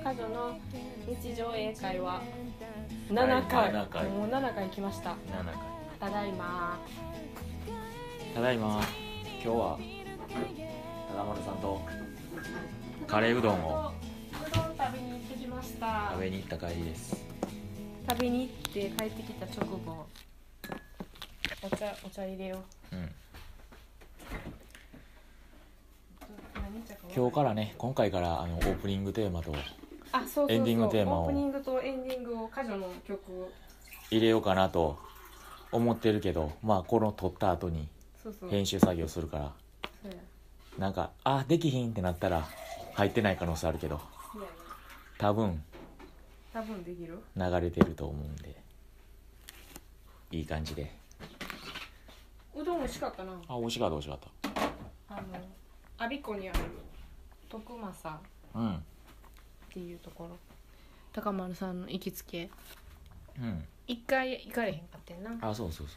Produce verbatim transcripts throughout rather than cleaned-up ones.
家女の日常英会話ななかい、 ななかいもうななかい来ました。 ななかいただいま。 ただいま。今日は忠丸さんとカレーうどんをうどん食べに行ってきました。 食べに行った帰りです。 食べに行って帰ってきた直後、お茶お茶入れよう。 うん今日からね、今回からあのオープニングテーマとあ、そうそうそう、 エンディングテーマをオープニングとエンディングを家女の曲入れようかなと思ってるけど、まあこの撮った後にそうそう編集作業するからそうやなんかあできひんってなったら入ってない可能性あるけど、 そうやね多分多分できる。 流れてると思うんでいい感じで。 うどん美味しかったな。 あ、美味しかった美味しかったあの我孫子にある徳政うんっていうところ、高丸さんの行きつけうん一回行かれへんかってんな。 あ、そうそうそう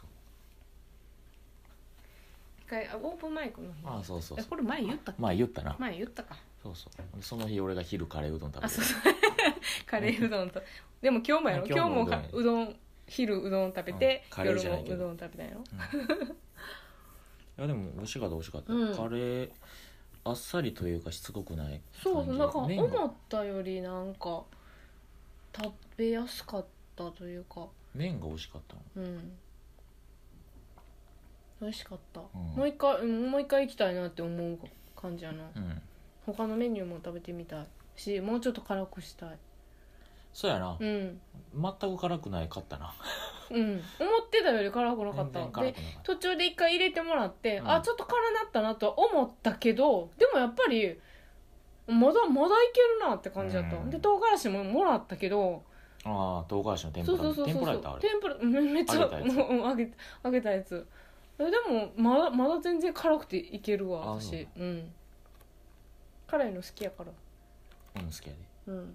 一回あオープンマイクの日。 あ、そうそうそうえこれ前言ったっけ。 まあ言ったな。 前言ったか。 そうそうその日俺が昼カレーうどん食べてあ、そうそうカレーうどんとでも今日もやろ。今日もかうどん、昼うどん食べて、 うん、カレーじゃないけど夜もうどん食べたんやろ、 うん、いやでも美味しかった美味しかった、 うん、 カレーあっさりというかしつこくない感じ。 そうそう、なんか思ったよりなんか食べやすかったというか麺が美味しかったの。 うん美味しかった、 うん、 もう一回もう一回行きたいなって思う感じやな、 うん、 他のメニューも食べてみたいし、もうちょっと辛くしたい。 そうやな、 うん、 全く辛くないかったなうん、思ってたより辛くなかった。 全然辛くなかった。 で途中で一回入れてもらって、うん、あちょっと辛なったなとは思ったけど、でもやっぱりまだまだいけるなって感じだった、うん、で唐辛子ももらったけど、 ああ唐辛子の天ぷら。 そうそうそうそう、 天ぷらやったあれ。 天ぷらめっちゃ揚げたやつ、うん、揚げ、揚げたやつ。でもまだまだ全然辛くていけるわ私。うん、辛いの好きやから。 うん好きやで。 うん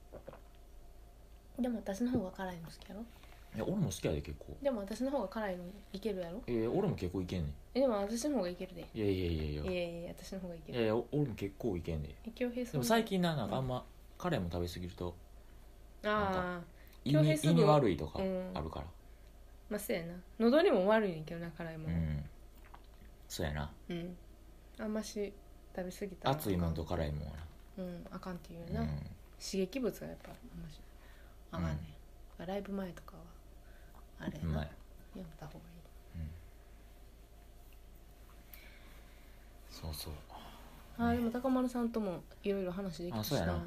でも私の方が辛いの好きやろ。 いや俺も好きやで結構。 でも私の方が辛いのいけるやろ。 えー、俺も結構いけんねん。 えでも私の方がいけるで。 いやいやいやいやいやいやいや私の方がいける。 いやいや俺も結構いけんねん。 京平さんでも最近ななんかあんま、うん、カレーも食べ過ぎるとああ胃に胃に悪いとかあるから、うん、 まあそうやな、喉にも悪いねんけどな辛いもん、 うん、そうやな、 うん、あんまし食べ過ぎたら熱いもんと辛いもんはな、うんあかんっていうな、 うん、 刺激物がやっぱあんましあかんねん、うん、ライブ前とかはあれやな、やめた方がいい、うん、 そうそう。 あでも高丸さんともいろいろ話できたしな。あそうやな、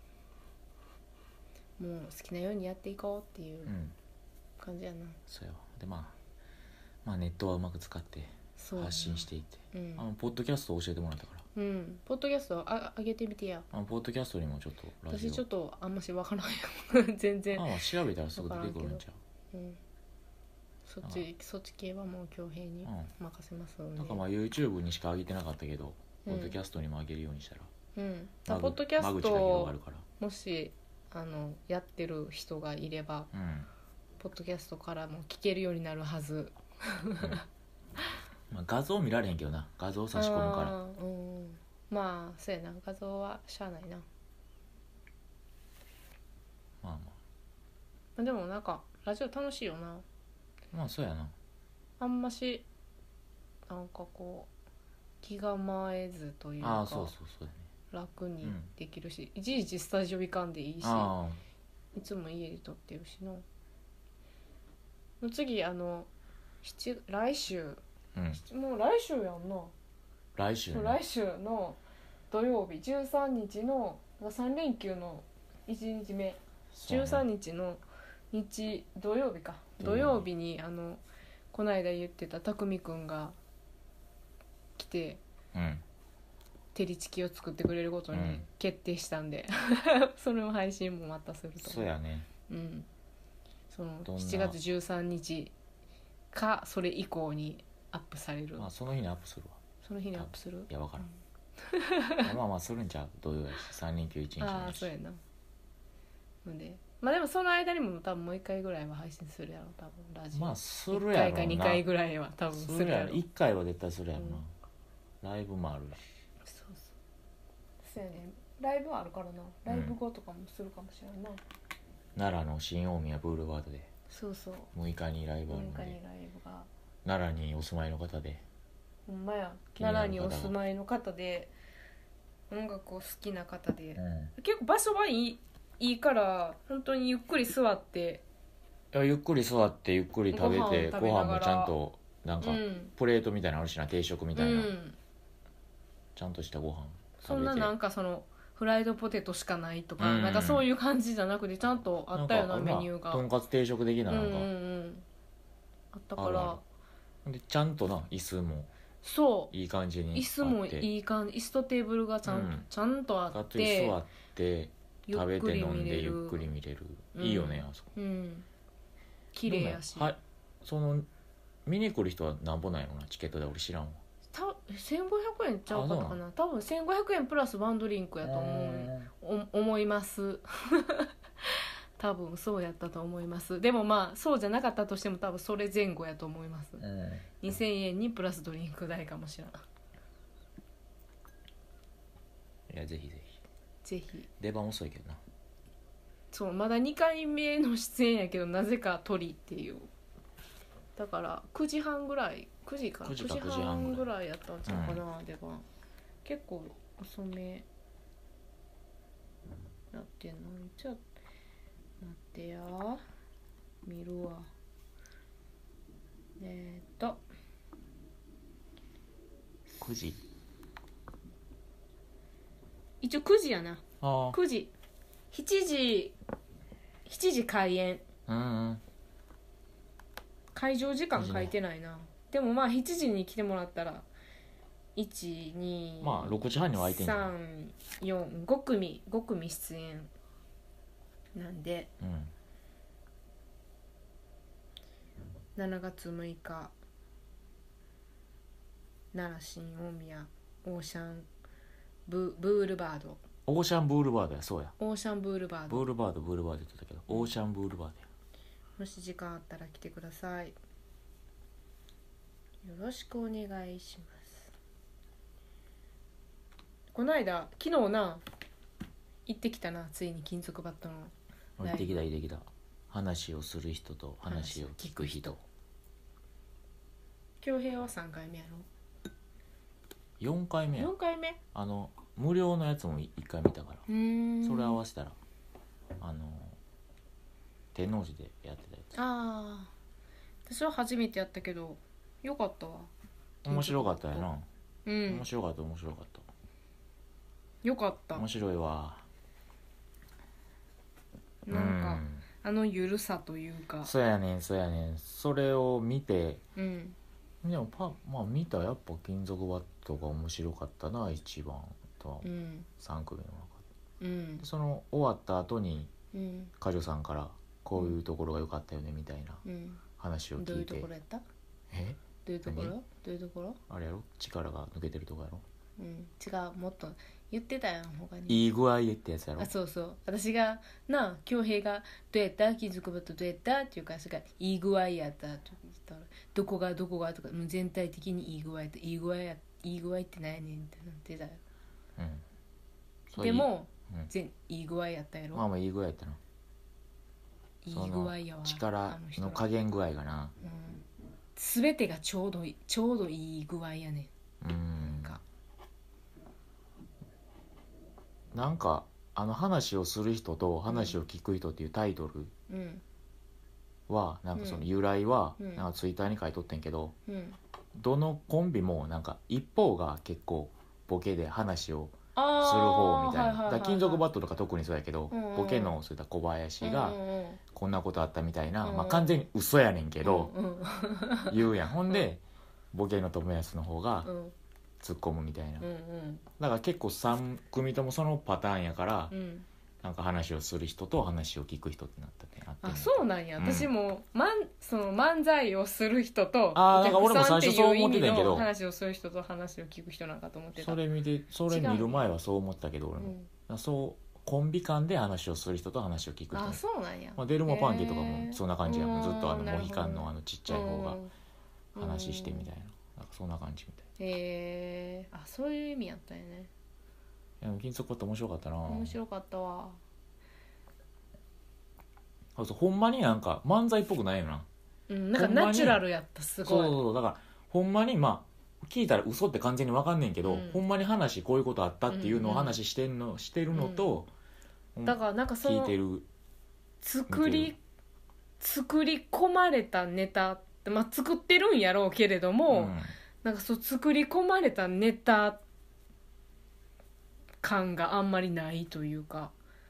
もう好きなようにやっていこうっていう感じやな、うん、 そうやわ。でまあまあネットはうまく使って発信していって、うん、あのポッドキャストを教えてもらったから、 うん、ポッドキャストあ上げてみてや。 あのポッドキャストにもちょっとラジオ私ちょっとあんまし分からんよ全然。 ああ調べたらすぐ出てくるんちゃう。うん、 そっちそっち系はもう恭平に任せますので、 だからまあ YouTube にしか上げてなかったけど、うん、ポッドキャストにも上げるようにしたら、 うん、だポッドキャストをもしあのやってる人がいれば、うん、ポッドキャストからも聞けるようになるはず、うんまあ、画像見られへんけどな、画像差し込むから。 あ、うん、まあそうやな、画像はしゃあないな。 まあまあでもなんかラジオ楽しいよな。 まあそうやな。 あんましなんかこう気構えずというか、 あそうそうそう、ね、 楽にできるし、うん、いちいちスタジオ行かんでいいし、いつも家で撮ってるしの。次あの来週、うん、もう来週やんな。 来週、ね、 来週の土曜日じゅうさんにちのさん連休のいちにちめ、じゅうさんにちの日土曜日か、土曜日にあのこないだ言ってたたくみくんが来て、うん、照りチキを作ってくれることに決定したんで、うん、その配信もまたすると。 そうやね、 うん、そのしちがつじゅうさんにちかそれ以降にアップされる。 まあその日にアップするわ。 その日にアップする。 いや分からん、うん、まあまあするんちゃう、土曜やしさん連休いちにちああそうやな。のでまあでもその間にも多分もういっかいぐらいは配信するやろ多分ラジオ。 まあするやろな。いっかいかにかいぐらいは多分するやろ。 いっかいは絶対するやろな、うん、ライブもあるし。 そうそうそうやね。 ライブあるからな、ライブ後とかもするかもしれんな、うん、 奈良の新大宮ブールバードでそうそうむいかにライブあるので、 むいかにライブが奈良にお住まいの方で、 ほんまや、 気になる方が奈良にお住まいの方で音楽を好きな方で、 うん、 結構場所はいい、いいから本当にゆっくり座っていやゆっくり座ってゆっくり食べてご飯を食べながらご飯もちゃんとなんかうんプレートみたいなのあるしな、定食みたいな、 うんちゃんとしたご飯そんななんかそのフライドポテトしかないとか、 うんなんかそういう感じじゃなくてちゃんとあったよななんかメニューがとんかつ定食的ななんか、 うんうんうん、あったからあるでちゃんとな椅子もそういい感じにあって椅子もいい感じ、椅子とテーブルがちゃん,、 うんちゃんとあがっつりって座ってゆっ食べてくり飲んで見れるゆっくり見れる、 うんいいよねあそこうん綺麗やし、 でもはいその見に来る人はなんぼなんやろなチケットで俺知らんわたせんごひゃくえんちゃうかったかな、多分せんごひゃくえんプラスワンドリンクやと思う、お思います多分そうやったと思います。でもまあそうじゃなかったとしても多分それ前後やと思います、 うん、 にせんえんにプラスドリンク代かもしれないいやぜひぜひぜひ。 出番遅いけどな、 そうまだにかいめの出演やけどなぜか鳥っていう、だからくじはんぐらいくじかなくじかくじくじはんはんぐらいぐらいやったんちゃうかな、出番結構遅めなってんの。じゃあ待ってや見るわ。えー、っとくじ一応くじやな。 ああくじしちじしちじ開演。 うんうん会場時間書いてないな。でもまあしちじに来てもらったらいち、に、 まあろくじはんには空いてんじゃん、 さん、よん、ご組ご組出演なんで、 うん、 しちがつむいか奈良新大宮オーシャン ブ, ブールバードオーシャンブールバードや、そうやオーシャンブールバード、 ブールバードブールバード言ってたけどオーシャンブールバードや。 もし時間あったら来てください。よろしくお願いします。この間昨日な行ってきたな、ついに金属バットの行ってきた行ってきた。話をする人と話を聞く人。 恭平はさんかいめやろ。 よんかいめや。 よんかいめ。 あの無料のやつもいっかい見たから、 うーんそれ合わせたらあの天王寺でやってたやつ。 ああ私は初めてやったけどよかったわ。 面白かったやな。 うん面白かった面白かったよかった。 面白いわ。 なんか、 うんあのゆるさというか、 そうやねんそうやねん。それを見てうんでもパまあ見たらやっぱ金属バットが面白かったな一番とはうんさん組の中うんで。その終わった後にうんカジョさんからこういうところが良かったよねみたいなうん話をどういう聞いて、 ところやった？どえういうところ？ 何どういうところ？ あれやろ力が抜けてるとこやろ、 うん違う、もっと言ってたよ他に。 いい具合でってやつやろ。 あそうそう、私がなあ恭平がどうやった金属バットどうやったっていうから、それがいい具合やったって言ったら、どこがどこがとか、もう全体的にいい具合って、いい具合やいい具合って何やねんってなってたよ。 うんそうでも、 うん全いい具合やったやろ。 まあまあいい具合やったな。 いいその具合やわ。 力あ人らの加減具合がな。 うん、全てがちょうどいいちょうどいい具合やねうんんか。 なんかあの話をする人と話を聞く人っていうタイトルうんはなんかその由来はうんなんかツイッターに書いとってんけど、 うんどのコンビもなんか一方が結構ボケで話をするあ方みたいな。 ーはははだから金属バットとか特にそうやけど、 うんうんボケのそういった小林がうんうんうんこんなことあったみたいな、 うんまあ完全に嘘やねんけど、 うんうん言うやん。ほんでボケの友安の方がうん突っ込むみたいな。 うんうんだから結構さん組ともそのパターンやから、 うんなんか話をする人と話を聞く人ってなったね。あってんあねんそうなんや、 うん私もまんその漫才をする人とあーなんか俺も最初そう思ってたんやけどお客さんっていう意味の話をする人と話を聞く人なんかと思ってた。 それ見てそれ見る前はそう思ったけど俺も、 うんだからそうコンビ間で話をする人と話を聞く人、 あそうなんや、 まあ、デルモパンティとかへーもそんな感じやもん。ずっとあのうんモヒカンのあのちっちゃい方がうん話してみたいな、なんかそんな感じみたい。 へえー、あそういう意味やったよね。 でも金属バット面白かったな。 面白かったわ。 そうそう、ほんまになんか漫才っぽくないよな。 うん、なんかナチュラルやった。すごい。 そうそうそう、だからほんまにまあ聞いたら嘘って完全に分かんねんけど、 うん、 ほんまに話こういうことあったっていうのを話してんの、してるのと、 うん、だからなんかその聞いてる作り作り込まれたネタって、まあ、作ってるんやろうけれども、うん、なんかそう作り込まれたネタ感があんまりないというか、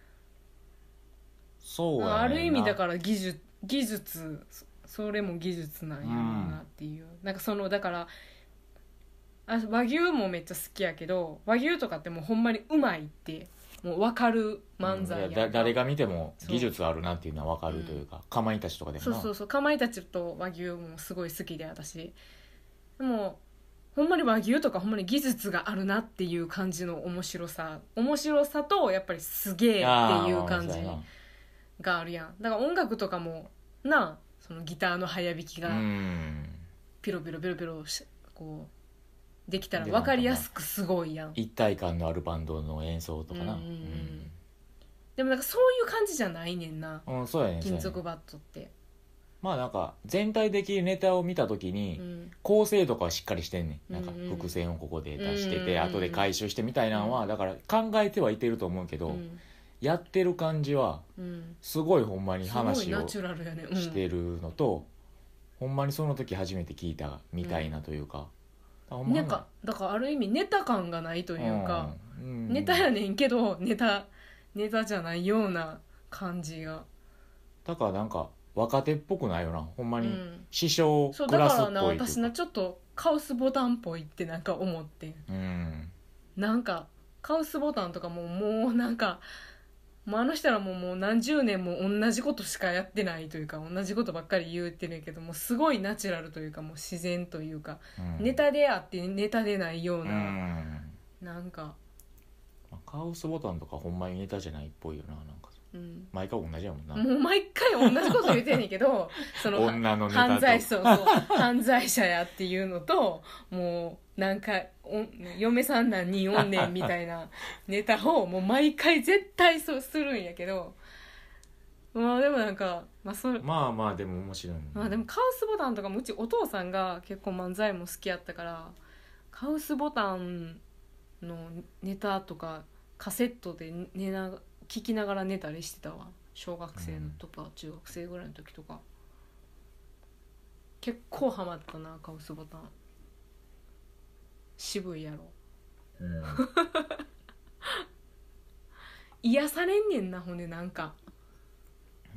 そうやねんな。 ある意味だから技術技術それも技術なんやろうなっていう、うん、なんかそのだからあ和牛もめっちゃ好きやけど、和牛とかってもうほんまにうまいってもう分かる漫才や、うん、 だ誰が見ても技術あるなっていうのは分かるというか、うん、かまいたちとかでもな。 そうそうそう、かまいたちと和牛もすごい好きで、私でもほんまに和牛とかほんまに技術があるなっていう感じの面白さ面白さとやっぱりすげえっていう感じがあるやん。だから音楽とかもな、そのギターの早弾きがピロピロピロピロこうできたら分かりやすくすごいやん。 一体感のあるバンドの演奏とかな、うんうんうん、 でもなんかそういう感じじゃないねんな、 うん、そうやねん、 金属バットって。 まあなんか全体的にネタを見た時に、うん、構成とかはしっかりしてんねん。なんか伏線をここで出してて、うんうん、後で回収してみたいなのは、だから考えてはいてると思うけど、うん、やってる感じはすごいほんまに話をしてるのと、ほんまにその時初めて聞いたみたいなというか、 うん、なんかだからある意味ネタ感がないというか、うんうん、ネタやねんけどネタネタじゃないような感じが。 だからなんか若手っぽくないよな、ほんまに師匠クラスっぽいというか、うん、そうだからな、 私なちょっとカウスボタンっぽいってなんか思って、うん、なんかカウスボタンとかももうなんかもうあの人らももう何十年も同じことしかやってないというか、同じことばっかり言ってるけども、すごいナチュラルというか、もう自然というか、うん、ネタであってネタでないような、うん、なんかカウスボタンとかほんまにネタじゃないっぽいよな、なんか、うん、毎回同じやもんな。 もう毎回同じこと言ってんねんけどその女のネタと犯罪そうそう犯罪者やっていうのと、もうなんかお嫁さん何人おんねんみたいなネタをもう毎回絶対そうするんやけど、まあでもなんか、まあ、それまあまあでも面白い、ね、 まあでもカウスボタンとかもうちお父さんが結構漫才も好きやったから、カウスボタンのネタとかカセットで寝な聞きながら寝たりしてたわ、小学生のとか、うん、中学生ぐらいの時とか。結構ハマったなカウスボタン。渋いやろ、うん、癒されんねんな、ほんでなんか、うん、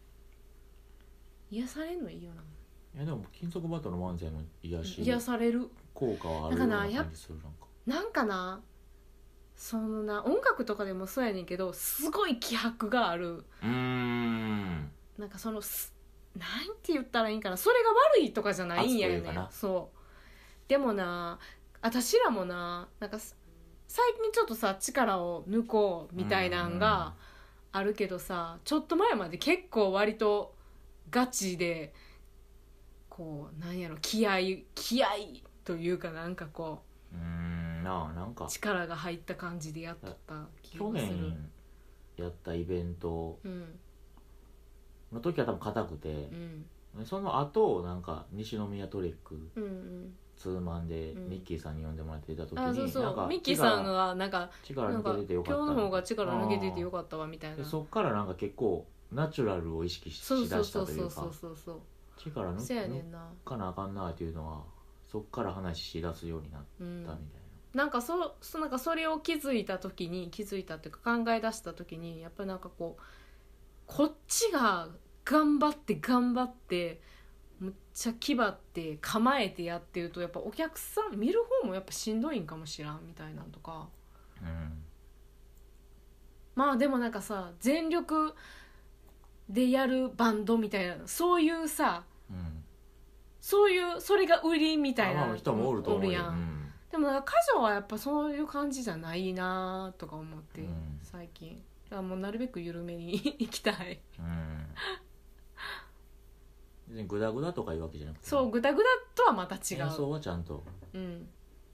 癒されんのいいよな。 いやでも金属バットの漫才も癒し癒される効果はあるような感じする。なんかなんかな、そのな音楽とかでもそうやねんけど、すごい気迫がある。うーん、なんかそのなんて言ったらいいんかな、それが悪いとかじゃないんやよね。そうでもな、私らもな、なんか最近ちょっとさ力を抜こうみたいなんがあるけどさ、ちょっと前まで結構割とガチでこうなんやろ、気合気合というか、なんかこう、うーんな、なんか力が入った感じでやった気がする。去年やったイベントの時は多分硬くて、うん、その後なんか西宮トリック、うんうん、ツーマンでミッキーさんに呼んでもらっていた時に、うん、あそうそう、なんかミッキーさんがなんか力抜けててよかった、 今日の方が力抜けててよかったわみたいな。 でそっからなんか結構ナチュラルを意識しだしたというか、力抜かなあかんなっていうのはそっから話し出すようになったみたいな、うん、 なんか そ, そ, なんかそれを気づいた時に気づいたっていうか考え出した時に、やっぱりなんかこうこっちが頑張って頑張ってむっちゃ気張って構えてやってると、やっぱお客さん見る方もやっぱしんどいんかもしらんみたいなとか、うん、まあでもなんかさ全力でやるバンドみたいな、そういうさ、うん、そういうそれが売りみたいな人もおると思うよ、 やん、うん、でもなんか歌女はやっぱそういう感じじゃないなとか思って、うん、最近だからもうなるべく緩めに行きたい、うん別にグダグダとかいうわけじゃなくて、 そうグダグダとはまた違う、 演奏はちゃんと、 うん、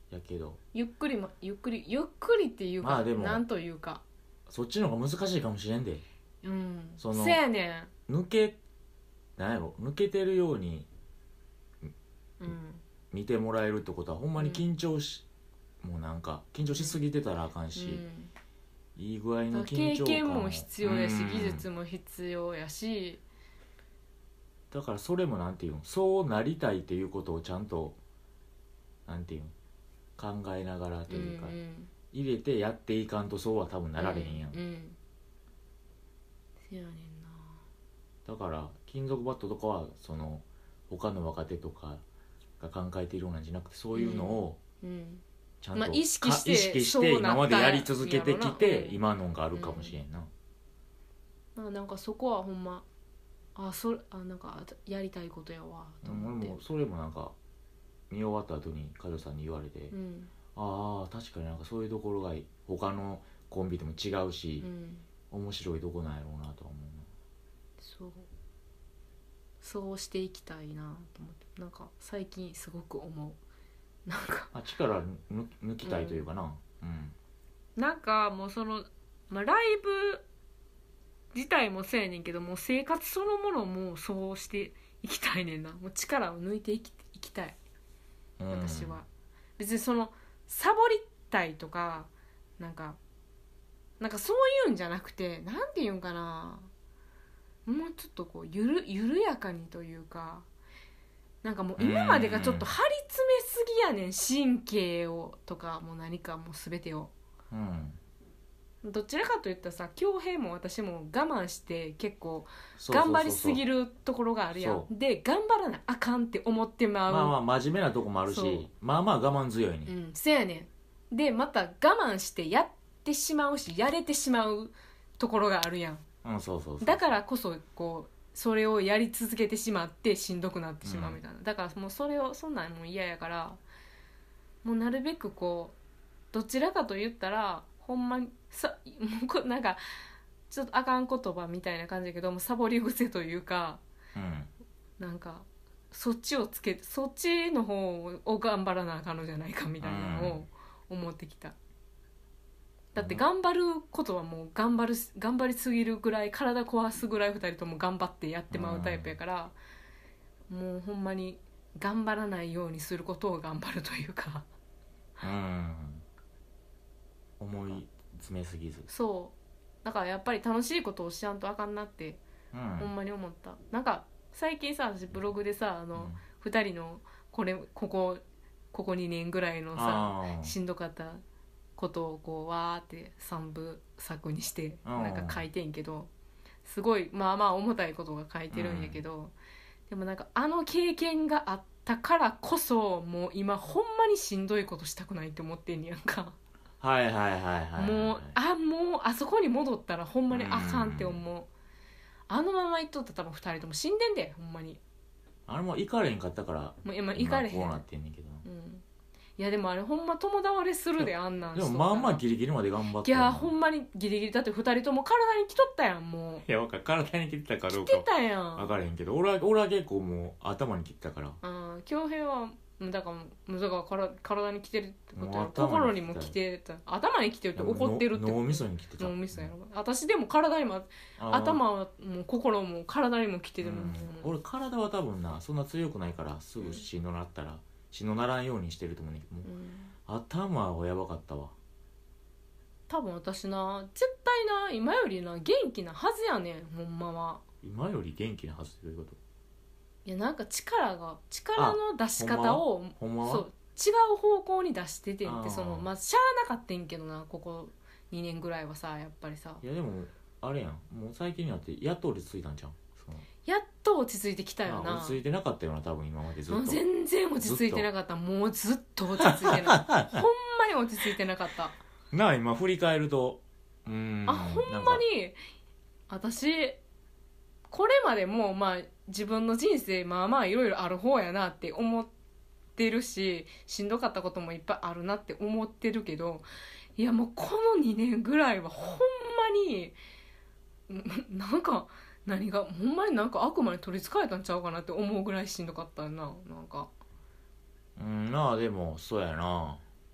やけどゆっくり、ま、ゆっくりゆっくりっていうか、 まあでもなんというか、 そっちの方が難しいかもしれんで。 うんそのせやねん、 抜けなんやろ抜けてるようにうん見てもらえるってことはほんまに緊張し、うん、もうなんか緊張しすぎてたらあかんし、うん、いい具合の緊張感経験も必要やし、 うん、 技術も必要やし、 だからそれもなんていうのそうなりたいっていうことをちゃんとなんていうの考えながらというか、うんうん、入れてやっていかんとそうは多分なられへんやん、うんうん、 せやねんな。 だから金属バットとかはその他の若手とかが考えているようなんじゃなくてそういうのをちゃんと、 まあ、意識して意識して今までやり続けてきて今のがあるかもしれんな、 うん、なんかそこはほんまあそあなんかやりたいことやわと思って、 俺もそれもなんか見終わった後に加藤さんに言われて、うん、ああ確かになんかそういうところが他のコンビとも違うし、うん、面白いとこなんやろうなとは思うな。 そうそうしていきたいなと思って、なんか最近すごく思う。なんかあ力抜きたいというかな、うん、うん、 なんかもうその、まあ、ライブ自体もそうやねんけどもう生活そのものもそうしていきたいねんな。もう力を抜いていき、いきたい私は、うん、別にそのサボりたいとかなんかなんかそういうんじゃなくて、なんていうんかな、もうちょっとこうゆる緩やかにというか、なんかもう今までがちょっと張り詰めすぎやねん、神経をとかもう何かもう全てを、うん、どちらかといったらさ、恭平も私も我慢して結構頑張りすぎるところがあるやん。で頑張らなあかんって思ってまう、 まあまあ真面目なとこもあるし、まあまあ我慢強いね、 うん、せやねん。でまた我慢してやってしまうしやれてしまうところがあるやん。 うん、そうそうそう。 だからこそこうそれをやり続けてしまってしんどくなってしまうみたいな、うん、だからもうそれをそんなんもう嫌やから、もうなるべくこうどちらかと言ったらほんまにさもうなんかちょっとあかん言葉みたいな感じだけどもサボり癖というか、うん、なんかそっちをつけてそっちの方を頑張らなあかんのじゃないかみたいなのを思ってきた。だって頑張ることはもう頑張る頑張りすぎるぐらい体壊すぐらいふたりとも頑張ってやってまうタイプやから、うん、もうほんまに頑張らないようにすることを頑張るというか、 うん、思い詰めすぎず、 そうだからやっぱり楽しいことをしちゃんとあかんなって、うん、ほんまに思った。なんか最近さ私ブログでさあの、うん、ふたりのこれここここにねんぐらいのさしんどかったことをこうわーって三部作にしてなんか書いてんけど、すごいまあまあ重たいことが書いてるんやけど、うん、でもなんかあの経験があったからこそもう今ほんまにしんどいことしたくないって思ってんねやんか。 はいはいはいはい、はい、 もうあもうあそこに戻ったらほんまにあかんって思う、うん、あのまま行っとったら多分ふたりとも死んでんでほんまに。 あれも行かれへんかったからもう今行かれへんこうなってんねんけど、うん、 いやでもあれほんま友倒れするであんなんでもまあまあギリギリまで頑張った。 いやほんまにギリギリだってふたりとも体にきとったやんもう。 いや分かる体にきてたかどうかきてたやん分からへんけど俺は俺は結構もう頭にきてたから。 うん恭平はだからだから体にきてるってことや。心にもきてた。頭にきてるって怒ってるって脳みそにきてた。 脳みそやろ。私でも体にも頭はもう心も体にもきてる、うん、 俺体は多分なそんな強くないからすぐしんどなったら、うん、しんどならんようにしてると思うねんけども、うん、頭はやばかったわ。 多分私な絶対な今よりな元気なはずやねんほんまは。 今より元気なはずってどういうこと？ いやなんか力が力の出し方をほんまはそう違う方向に出しててんってそのまあしゃあなかったんけどなここにねんぐらいはさやっぱりさ。 いやでもあれやんもう最近になってやっと落ち着いたんじゃん。そのやっと落ち着いてきたよな。 落ち着いてなかったよな多分今までずっと。 全然落ち着いてなかった。もうずっと落ち着いてないほんまに落ち着いてなかったなあ今振り返るとうーんあほんまに私これまでもまあ自分の人生まあまあいろいろある方やなって思ってるししんどかったこともいっぱいあるなって思ってるけど、いやもうこのにねんぐらいはほんまになんか何がほんまになんか悪魔に取りつかれたんちゃうかなって思うぐらいしんどかったな。なんかうんなあでもそうやな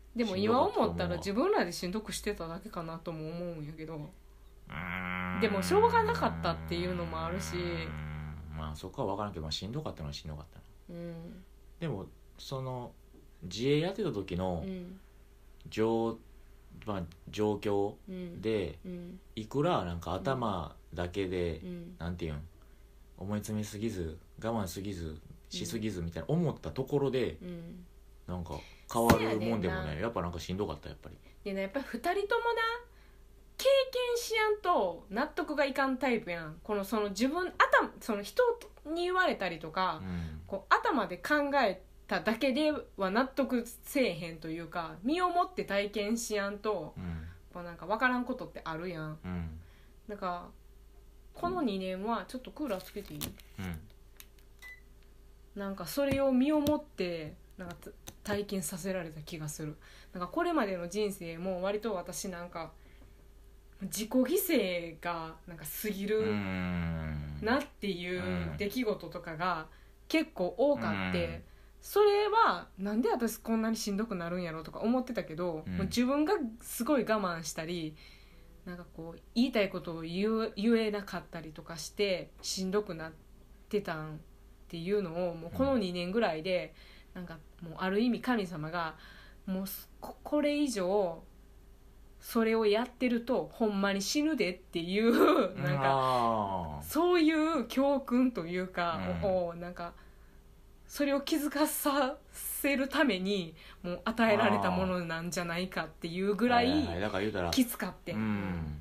でも今思ったら自分らでしんどくしてただけかなとも思うんやけど、でもしょうがなかったっていうのもあるし、 まあそこは分からんけど、まあ、しんどかったのはしんどかったな、 うん、 でもその自営やってた時のうん状、まあ、状況で、 うん、 いくらなんか頭だけで、 うん、 なんていうん思い詰めすぎず我慢すぎずしすぎずみたいな思ったところで、 うん、 なんか変わるもんでもない、やっぱなんかしんどかったやっぱり。 でね、やっぱりふたりともな経験しやんと納得がいかんタイプやん。このその自分頭その人に言われたりとか、 うん、 こう頭で考えただけでは納得せえへんというか、身をもって体験しやんと、 うんこうなんか分からんことってあるやん。 うん、 なんかこのにねんはちょっとクーラーつけていい？ うん、 なんかそれを身をもってなんか体験させられた気がする。なんかこれまでの人生も割と私なんか自己犠牲がなんか過ぎるなっていう出来事とかが結構多かって、それはなんで私こんなにしんどくなるんやろとか思ってたけど、 うん、 もう自分がすごい我慢したりなんかこう言いたいことを言う言えなかったりとかしてしんどくなってたんっていうのをもうこのにねんぐらいでなんかもうある意味神様がもうこれ以上それをやってるとほんまに死ぬでっていうなんかそういう教訓というか、うん、をなんかそれを気づかさせるためにもう与えられたものなんじゃないかっていうぐらいきつかって、 うん、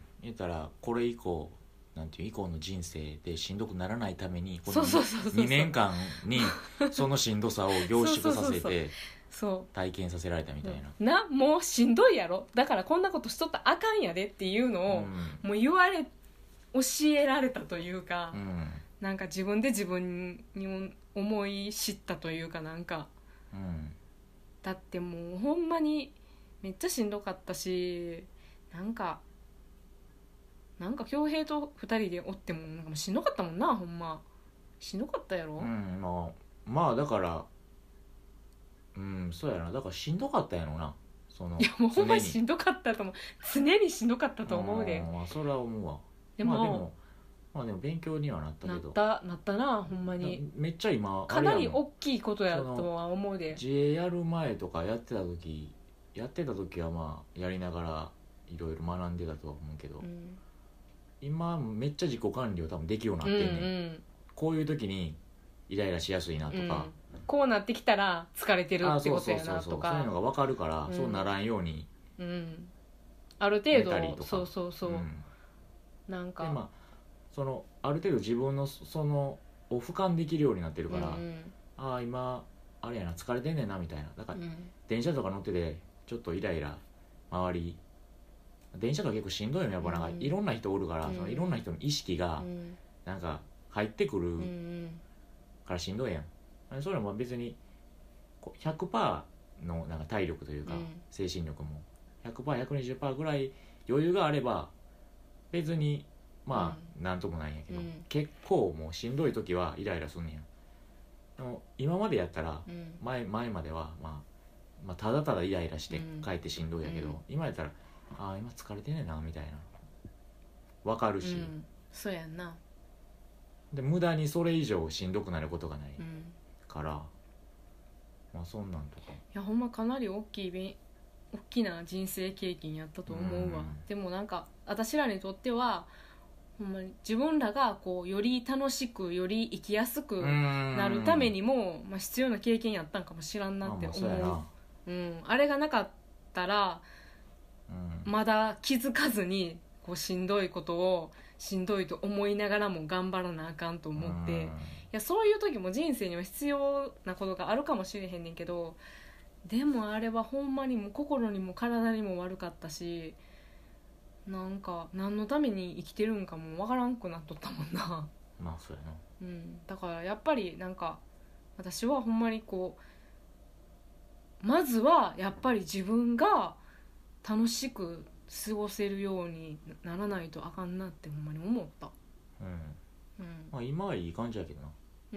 言ったらこれ以降なんていう以降の人生でしんどくならないためにこのにねんかんにそのしんどさを凝縮させてそう体験させられたみたいな。な、もうしんどいやろ、だからこんなことしとったらあかんやでっていうのを、うん、もう言われ教えられたというか、うん、なんか自分で自分に思い知ったというかなんか、うん、だってもうほんまにめっちゃしんどかったし、なんかなんか恭平とふたりでおってもなんかもうしんどかったもんな。ほんましんどかったやろ、 うん、まあ、まあだからうんそうやな、だからしんどかったやろな。そのいやもうほんまにしんどかったと思う、常にしんどかったと思うで。 まあそれは思うわ。 でも、 まあ、でもまあでも勉強にはなったけど、 なったなったな。ほんまにめっちゃ今かなり大きいことやとは思うで。 自営やる前とかやってた時やってた時はまあやりながらいろいろ学んでたとは思うけど、うん、今めっちゃ自己管理を多分できるようになってんね、うんうん、こういう時にイライラしやすいなとか、うん、 こうなってきたら疲れてるってことやなとか、 そうそうそうそう、そういうのが分かるから、うん、そうならんように、 うん、ある程度そうそうそう、うん、なんかで、まあ、そのある程度自分のそのを俯瞰できるようになってるから、うんうん、ああ今あれやな疲れてんねんなみたいな。だから、うん、電車とか乗っててちょっとイライラ周り電車とか結構しんどいよね。やっぱなんかいろんな人おるから、うん、そのいろんな人の意識がなんか入ってくるからしんどいやん。それも別に ひゃくパーセント のなんか体力というか、うん、精神力も ひゃくパーセント、ひゃくにじゅっパーセント ぐらい余裕があれば別にまあなんともないんやけど、うん、結構もうしんどい時はイライラすんねや。でも今までやったら、うん、前, 前までは、まあ、まあただただイライラして帰ってしんどいやけど、うん、今やったらああ今疲れてんねんなみたいな分かるし、うん、 そうやんな。 で無駄にそれ以上しんどくなることがない、うん、からまあそんなんとか、 いやほんまかなり大きい大きな人生経験やったと思うわ、うん、でもなんか私らにとってはほんまに自分らがこうより楽しくより生きやすくなるためにも、まあ、必要な経験やったんかもしらんなって思う、あ、うん、あれがなかったら、うん、まだ気づかずにこうしんどいことをしんどいと思いながらも頑張らなあかんと思って、いやそういう時も人生には必要なことがあるかもしれへんねんけど、でもあれはほんまにも心にも体にも悪かったし、なんか何のために生きてるんかもわからんくなっとったもんな。 まあそうやな、 うん、だからやっぱりなんか私はほんまにこうまずはやっぱり自分が楽しく過ごせるようにならないとあかんなってほんまに思った。うん、 うん、まあ今はいい感じやけどな。うん。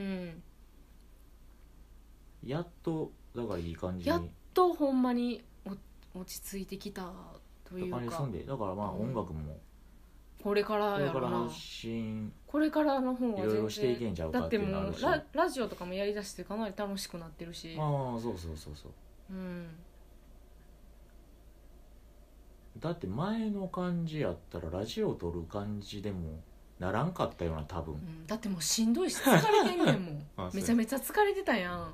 やっとだからいい感じに。 やっとほんまに落ち着いてきたというとかにか住んでだからまあ音楽もこれからこれやろなから発信これからの方はいろいろしていけんちゃうかだってもうっていうのあるしララジオとかもやりだしてかなり楽しくなってるしああそうそうそうそううんだって前の感じやったらラジオ撮る感じでもならんかったような多分、 うん、だってもうしんどいし疲れてんねんもんあめちゃめちゃ疲れてたやん、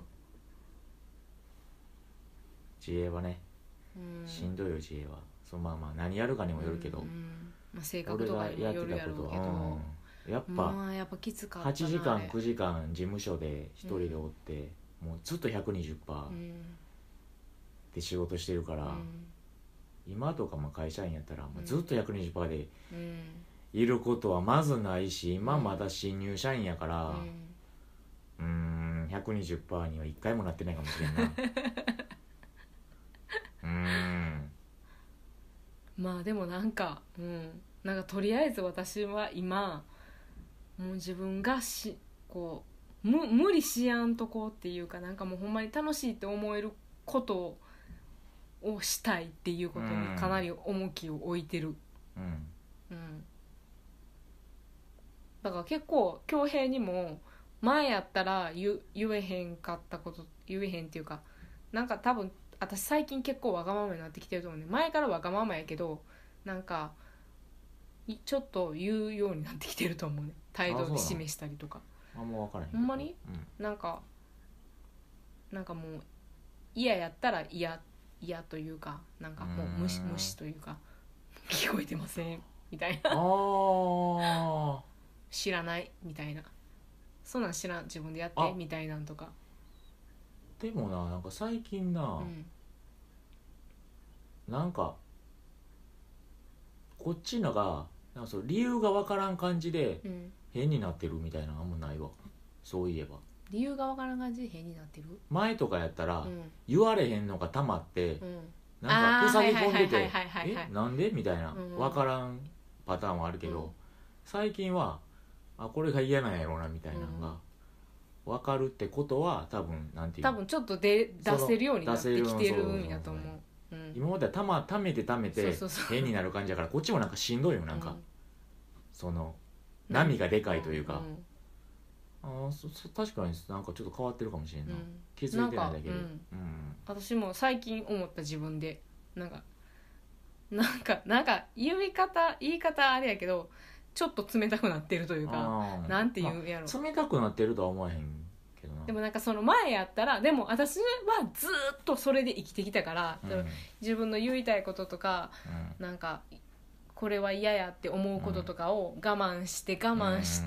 自営はね、 うん、 しんどいよ自営はそうまあまあ何やるかにもよるけど、 うんうんまあ、性格とかにもよるやろうけど、 うん、やっぱまあやっぱきつかったなはちじかんくじかん事務所で一人でおって、うん、もうずっと ひゃくにじゅっパーセント で仕事してるから、うん、今とかも会社員やったらもうずっと ひゃくにじゅっパーセント でいることはまずないし、今まだ新入社員やからうーん ひゃくにじゅっパーセント にはいっかいもなってないかもしれんなうーんまあでもなんかうんなんかとりあえず私は今もう自分がしこう無無理しやんとこっていうかなんかもうほんまに楽しいって思えることをしたいっていうことにかなり重きを置いてる、 うんうん、だから結構恭平にも前やったら 言, 言えへんかったこと言えへんっていうかなんか多分私最近結構わがままになってきてると思うね。前からわがままやけどなんかちょっと言うようになってきてると思うね。態度で示したりとか。 あんま分からへんほんまに、 うん、 なんかなんかもう嫌やったら嫌嫌というかなんかもう無視無視というか聞こえてませんみたいなあ知らないみたいなそんなん知らん自分でやってみたいなんとかでもななんか最近な、 うん、 なんかこっちのがなんかそう理由が分からん感じで変になってるみたいなのあんまないわ。そういえば理由が分からん感じで変になってる前とかやったら、 うん、 言われへんのがたまって、 うん、 なんか塞ぎ込んでてえなんでみたいな、 うん、 分からんパターンはあるけど、うん、最近はあこれが嫌なんやろうなみたいなのが分かるってことは多分なんていう多分ちょっとで出せるようになってきてるんやと思う。うん、 今まではたまためてためて変になる感じだからこっちもなんかしんどいよなんか、うん、その波がでかいというか、うん、あそそ確かになんかちょっと変わってるかもしれんな、うん、気づいてないだけで、うんうん、 私も最近思った自分でなんかなんかなんか言い方言い方あれやけどちょっと冷たくなってるというかなんて言うやろ、 まあ、冷たくなってるとは思わへんけどな。 でもなんかその前やったらでも私はずっとそれで生きてきたから、うん、自分の言いたいこととか、うん、なんかこれは嫌やって思うこととかを我慢して我慢して、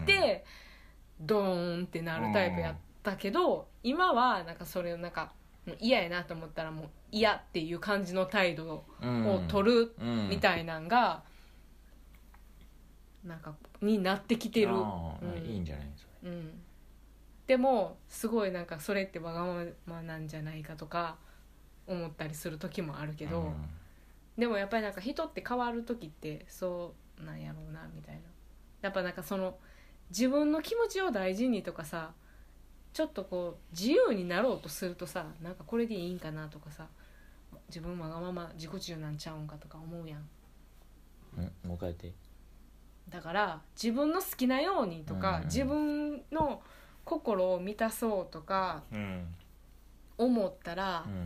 うん、ドーンってなるタイプやったけど、うん、今はなんかそれをなんか嫌やなと思ったらもう嫌っていう感じの態度を取るみたいなんがなんかになってきてる、 あ、うん、いいんじゃないそれ、 うん、でもすごいなんかそれってわがままなんじゃないかとか思ったりする時もあるけど、うん、でもやっぱりなんか人って変わる時ってそうなんやろうなみたいな。やっぱなんかその自分の気持ちを大事にとかさちょっとこう自由になろうとするとさなんかこれでいいんかなとかさ自分わがまま自己中なんちゃうんかとか思うやん。 んもう一回やって。 だから自分の好きなようにとか、うんうん、自分の心を満たそうとか思ったら、うん、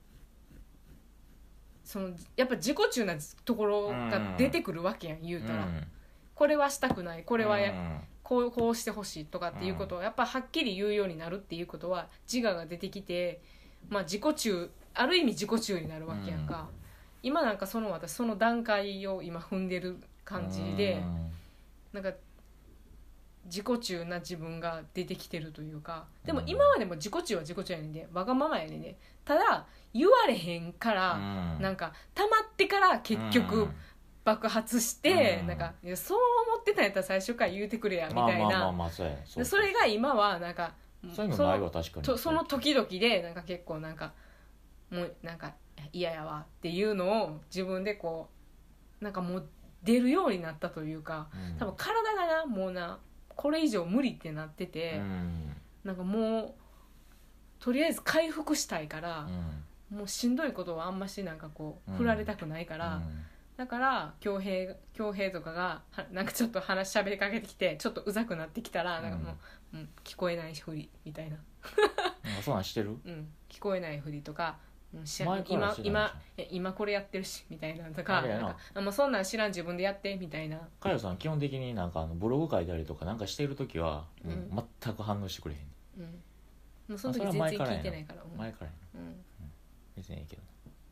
そのやっぱ自己中なところが出てくるわけやん言うたら、うん、これはしたくないこれはや、うん、こう、こうしてほしいとかっていうことをやっぱはっきり言うようになるっていうことは自我が出てきて、まあ、自己中ある意味自己中になるわけやんか、うん、今なんかその私その段階を今踏んでる感じでなんか自己中な自分が出てきてるというかでも今までも自己中は自己中やねんでわがままやねんでただ言われへんからなんか溜まってから結局爆発してなんかいやそう思ってたんやったら最初から言うてくれやみたいなそれが今はなんかそういうのないわ確かにその時々でなんか結構なんかもうなんか嫌やわっていうのを自分でこうなんかもう出るようになったというか、うん、多分体がなもうなこれ以上無理ってなってて、うん、なんかもうとりあえず回復したいから、 もうしんどいことはあんましなんかこう振られたくないから、うん、だから恭平恭平とかがなんかちょっと話しゃべりかけてきてちょっとうざくなってきたら、うん、なんかもう、うん、聞こえないふりみたいなそうなんしてる、 うん、聞こえないふりとか今, 今, 今これやってるしみたいなとか、なんかあもうそんなん知らん自分でやってみたいな。 かよさん基本的になんかあのブログ書いたりとかなんかしてるときは、うん、全く反応してくれへん、 うん、もうその時全然聞いてないから、 前からやな、うんうん、別にいいけど、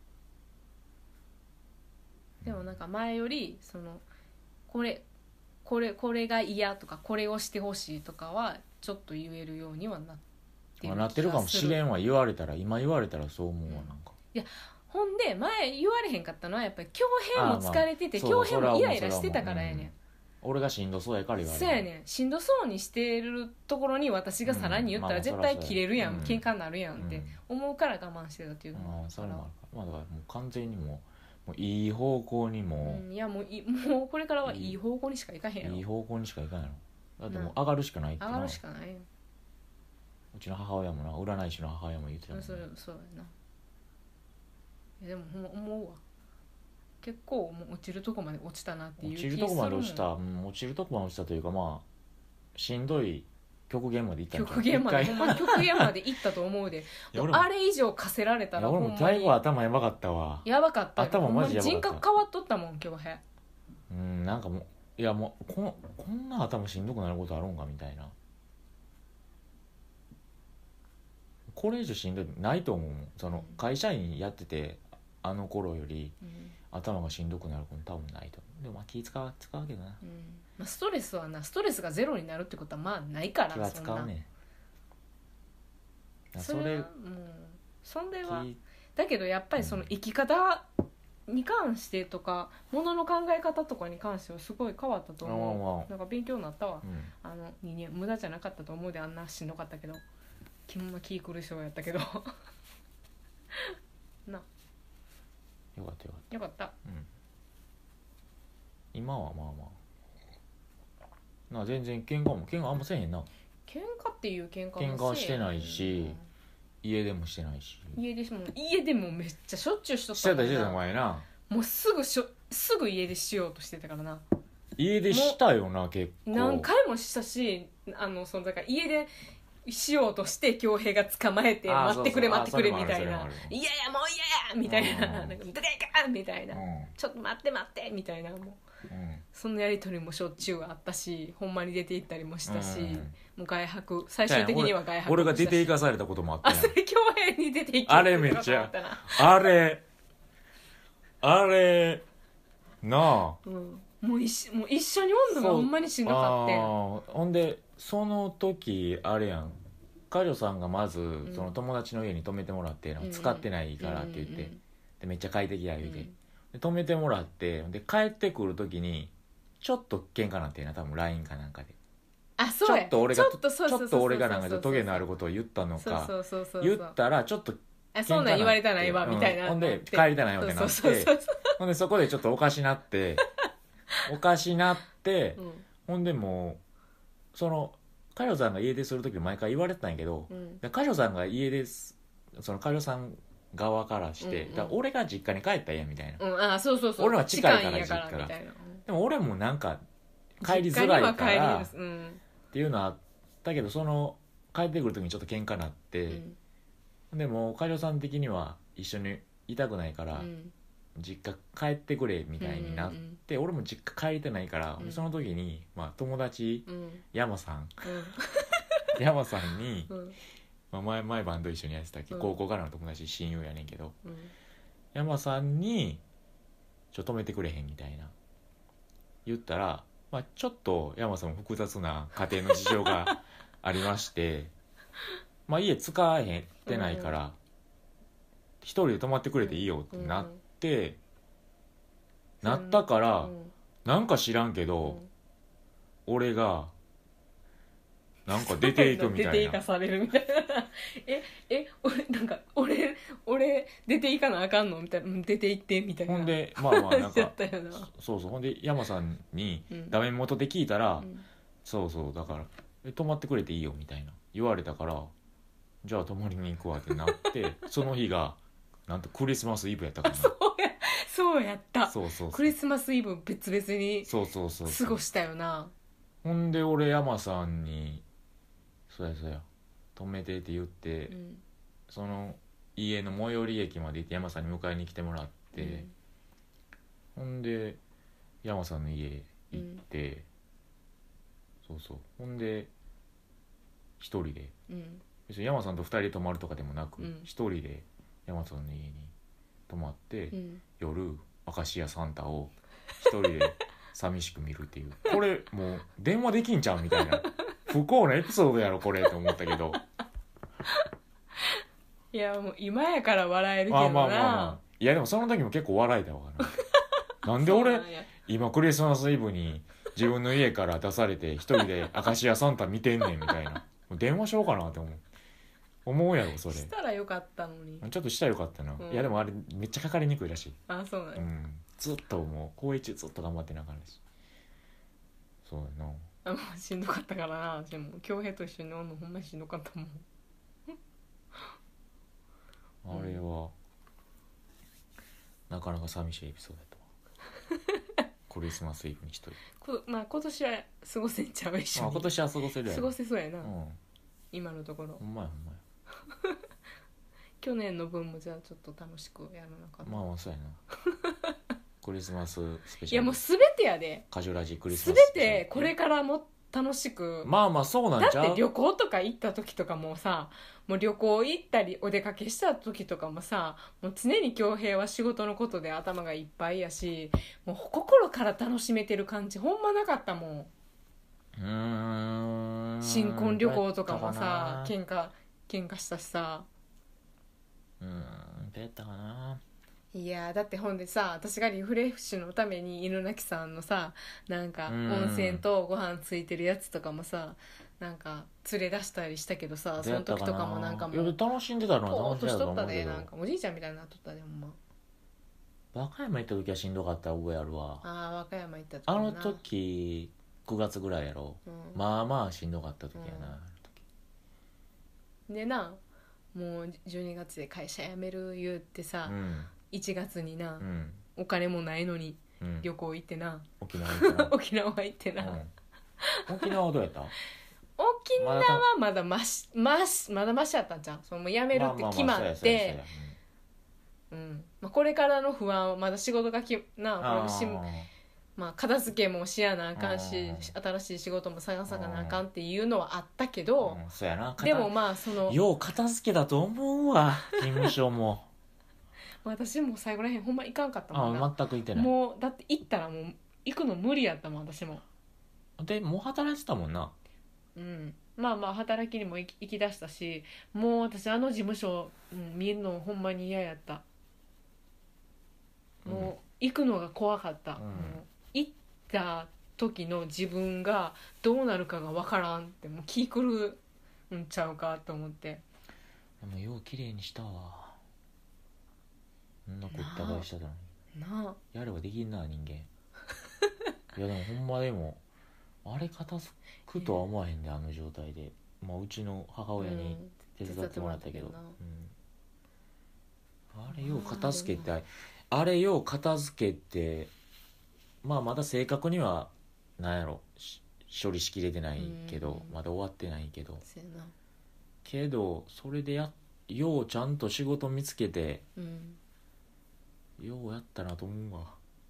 でもなんか前よりそのこれこれこれが嫌とかこれをしてほしいとかはちょっと言えるようにはなってる気がする。 なってるかもしれんわ。言われたら今言われたらそう思うわ、なんか、 いやほんで前言われへんかったのはやっぱり恭平も疲れてて、恭平もイライラしてたからやねん、うん、 俺がしんどそうやから言われる。 そうやねん、しんどそうにしてるところに私がさらに言ったら絶対切れるやん、 うん、 喧嘩になるやんって思うから我慢してたっていうのもあるから、 うん、それもあるから、まあ、だからもう完全にもうもういい方向にも、 うん、いやもういもうこれからはいい方向にしかいかへんやろ。 いい方向にしかいかんやろ。だってもう上がるしかないってな。 上がるしかないよ。 うちの母親もな、占い師の母親も言ってたもん、ね、 そうそうやな。いやでもほんま思うわ。結構もう落ちるとこまで落ちたなっていう気するもん。 落ちるとこまで落ちた、うん、落ちるとこまで落ちたというか、まあしんどい極限までいったんじゃん。極限までほんま極限までいったと思うであれ以上課せられたらほんまに。 俺もだいぶ頭やばかったわ。 やばかった。 頭マジやばかった。 人格変わっとったもん今日へ。 うんなんかもういやもう こ, こんな頭しんどくなることあるんかみたいな。これ以上しんどいないと思うもん。その会社員やっててあの頃より頭がしんどくなること多分ないと思う。でもまあ気使う使うけどな、 うんまあ、ストレスはなストレスがゼロになるってことはまあないから。 気は使うね。 それはもうそれはだけどやっぱりその生き方に関してとか、うん、ものの考え方とかに関してはすごい変わったと思う。なんか勉強になったわ、うん、あのにねん無駄じゃなかったと思うで。あんなしんどかったけど気も気苦しそうやったけどなよかったよかったよかった、 うん、今はまあまあな全然喧嘩も喧嘩あんませえへんな。 喧嘩っていう喧嘩もせえへん。 喧嘩はしてないし、うん、家でもしてないし。 家でも家でもめっちゃしょっちゅうしとったもんな。してたしてた前な。 もうすぐしょすぐ家でしようとしてたからな。 家でしたよな結構。 何回もしたし、あのそのだから家でしようとして恭平が捕まえて待ってくれ待ってくれみたいな。いやいやもう嫌やみたいな。なんか出ていかんみたいな、うん。ちょっと待って待ってみたいなもう。うん、そのやり取りもしょっちゅうあったし、ほんまに出て行ったりもしたし、うん、もう外泊最終的には外泊俺, 俺が出て行かされたこともあったやん。 あそれ恭平に出て行きあれめっちゃあれあれなあ、 うん、もう一もう一緒におんのがほんまにしんどかってん。 ほんでその時あれやん、カジョさんがまずその友達の家に泊めてもらって、うん、使ってないからって言って、うんうん、でめっちゃ快適や言うて、うんで止めてもらってで帰ってくる時にちょっと喧嘩なんてな多分 ライン かなんかで。 あそうやちょっと俺がちょっと俺がなんかトゲのあることを言ったのか言ったらちょっとあそんなん言われたないわみたいな、 うん、ほんで帰りたないわってなってほんでそこでちょっとおかしなっておかしなって、うん、ほんでもうそのカジョさんが家出する時毎回言われてたんやけど、うん、カジョさんが家出そのカジョさん側からして、うんうん、だから俺が実家に帰ったらええやみたいな、 うん、あそうそうそう俺は近いから実家からでも俺もなんか帰りづらいからっうん、 ていうのはあったけど、その帰ってくる時にちょっと喧嘩なって、うん、でもカジョさん的には一緒にいたくないから、うん、実家帰ってくれみたいになって、うんうんうん、俺も実家帰りたないから、うん、その時に、まあ、友達、うん、山さん、うん、山さんに、うんまあ、前, 前バンド一緒にやってたっけ、うん、高校からの友達親友やねんけど、うん、山さんにちょっと止めてくれへんみたいな言ったら、まあ、ちょっと山さんも複雑な家庭の事情がありましてまあ家使えへんってないから、うん、一人で泊まってくれていいよってなって、うん、なったから、うん、なんか知らんけど、うん、俺がなんか出ていくみたいな出ていかされるみたいなええ俺なんか俺俺出ていかなあかんのみたいな出ていってみたいな。 ほんでまあまあなんかそうそうほんで山さんにダメ元で聞いたら、うん、そうそうだからえ泊まってくれていいよみたいな言われたからじゃあ泊まりに行くわってなってその日がなんとクリスマスイブやったからなそうやそうやったそうそうそうクリスマスイブ別々にそうそうそうそう過ごしたよな。 ほんで俺山さんにそうやそうや止めてって言って、 うん、 その家の最寄り駅まで行って山さんに迎えに来てもらって、うん、ほんで山さんの家行って、うん、そうそうほんで一人で、うん、別に山さんと二人で泊まるとかでもなく、うん、一人で山さんの家に泊まって、うん、夜明石家サンタを一人で寂しく見るっていうこれもう電話できんちゃうみたいな不幸なエピソードやろこれと思ったけどいやもう今やから笑えるけどな、まあまあまあまあ、 いやでもその時も結構笑いだわななんで俺今クリスマスイブに自分の家から出されて一人で明石家サンタ見てんねんみたいな電話しようかなって思う思うやろそれしたらよかったのにちょっとしたらよかったな、うん、いやでもあれめっちゃかかりにくいらしい。 あそうなんや、うん、 ずっともう公演中ずっと頑張ってなかったしそうやなあもうしんどかったからな。でも恭平と一緒におんのほんまにしんどかったもんあれは、うん、なかなか寂しいエピソードだったわクリスマスイブに一人こ、まあ、今年は過ごせんちゃう一緒に、 まあ、今年は過ごせるや過ごせそうやな、 うん、 今のところほんまやほんまや去年の分もじゃあちょっと楽しくやらなかった。 まあまあそうやなクリスマススペシャルいやもう全てやでカジュラジクリスマス全てこれからも楽しくまあまあそうなんちゃう。 だって旅行とか行った時とかもさもう旅行行ったりお出かけした時とかもさもう常に恭平は仕事のことで頭がいっぱいやしもう心から楽しめてる感じほんまなかったもん。 うーん新婚旅行とかもさ喧嘩喧嘩したしさうーんどうやったかな。 いやだってほんでさ私がリフレッシュのために犬鳴さんのさなんか温泉とご飯ついてるやつとかもさなんか連れ出したりしたけどさその時とかもなんかもう楽しんでたのは楽しんでたと思うけどなんかおじいちゃんみたいになっとったでほんま。 和歌山行った時はしんどかった覚えあるわ。 あ和歌山行った時あの時くがつぐらいやろ、うん、まあまあしんどかった時やな、 うん、でなもうじゅうにがつで会社辞める言ってさ、うんいちがつにな、うん、お金もないのに旅行行ってな、 うん、沖縄行ってな沖縄行ってな、 うん、沖縄はどうやった？ 沖縄はまだマシマシまだマシやったんじゃん。そのもう辞めるって決まってこれからの不安まだ仕事がきなこのしまあ、片付けもしやなあかんし新しい仕事も探さなあかんっていうのはあったけど、 うん、そうやなでもまあそのよう片付けだと思うわ事務所も私も最後らへんほんま行かんかったもんな。あ全く行ってない。 もうだって行ったらもう行くの無理やったもん私も。 でもう働いてたもんな。 うんまあまあ働きにも行き、行きだしたしもう私あの事務所、うん、見るのほんまに嫌やった。もう、うん、行くのが怖かった、うん、もう行った時の自分がどうなるかが分からんってもう気狂うんちゃうかと思って。 でもよう綺麗にしたわ。そんなこったばいしたのになあやればできんな人間いやでもほんまでもあれ片付くとは思わへんであの状態で、まあ、うちの母親に手伝ってもらったけど、うん、あれよう片付けて あ, あれよう片付けてまあまだ正確にはなんやろ処理しきれてないけど、まだ終わってないけどけどそれでやようちゃんと仕事見つけて、うんようやったなと思うわ。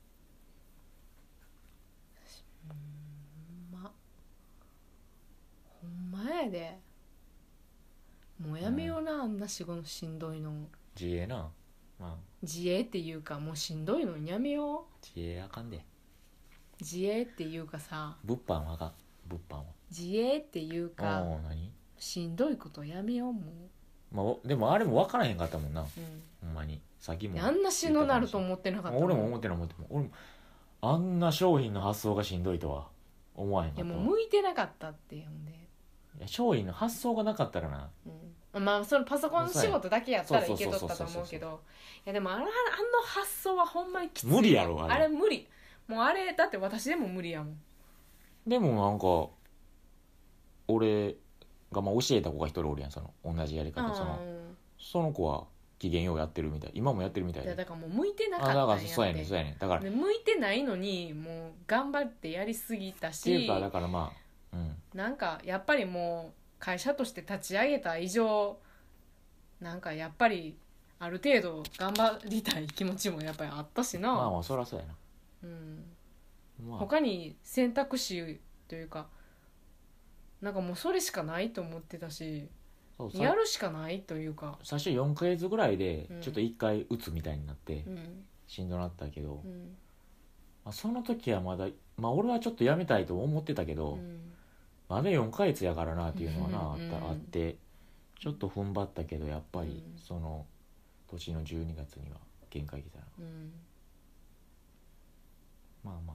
ほんまほんまやでもうやめような、うん、あんな仕事しんどいの自営な、まあ、 自営っていうかもうしんどいのやめよう。自営あかんで。 自営っていうかさ物販はあかん。物販は自営っていうか何しんどいことやめようもう、まあ、でもあれも分からへんかったもんな、うん、ほんまに先もあんなしんどなると思ってなかったもん。 俺も思ってない思ってない俺もあんな商品の発想がしんどいとは思わへんかった。 いやもう向いてなかったっていうんで。 いや商品の発想がなかったらな、 うん、まあそのパソコンの仕事だけやったらいけとったと思うけどいやでもあの発想はほんまにきつい。 無理やろあれ。 あれ無理もうあれだって私でも無理やもん。 でもなんか俺がまあ教えた子が一人おるやんその同じやり方そのその子は機嫌ようやってるみたい、今もやってるみたいで。 いやだからもう向いてなかっあだからたんやって。 そうやねんそうやねんだからっで向いてないのにもう頑張ってやりすぎたていうし、 かだからまあうんなんかやっぱりもう会社として立ち上げた以上なんかやっぱりある程度頑張りたい気持ちもやっぱりあったしな、 まあまあそりゃそうやな、 うんまあ、 他に選択肢というかなんかもうそれしかないと思ってたし、 そうさやるしかないというか、 最初よんかげつぐらいでうんちょっといっかい打つみたいになってうんしんどなったけど、 うんまあ、その時はまだまあ俺はちょっとやめたいと思ってたけど、 うんまだよんかげつやからなっていうのはな、 うんあったあってちょっと踏ん張ったけどやっぱりうんその年のじゅうにがつには限界来たな。 うんまあま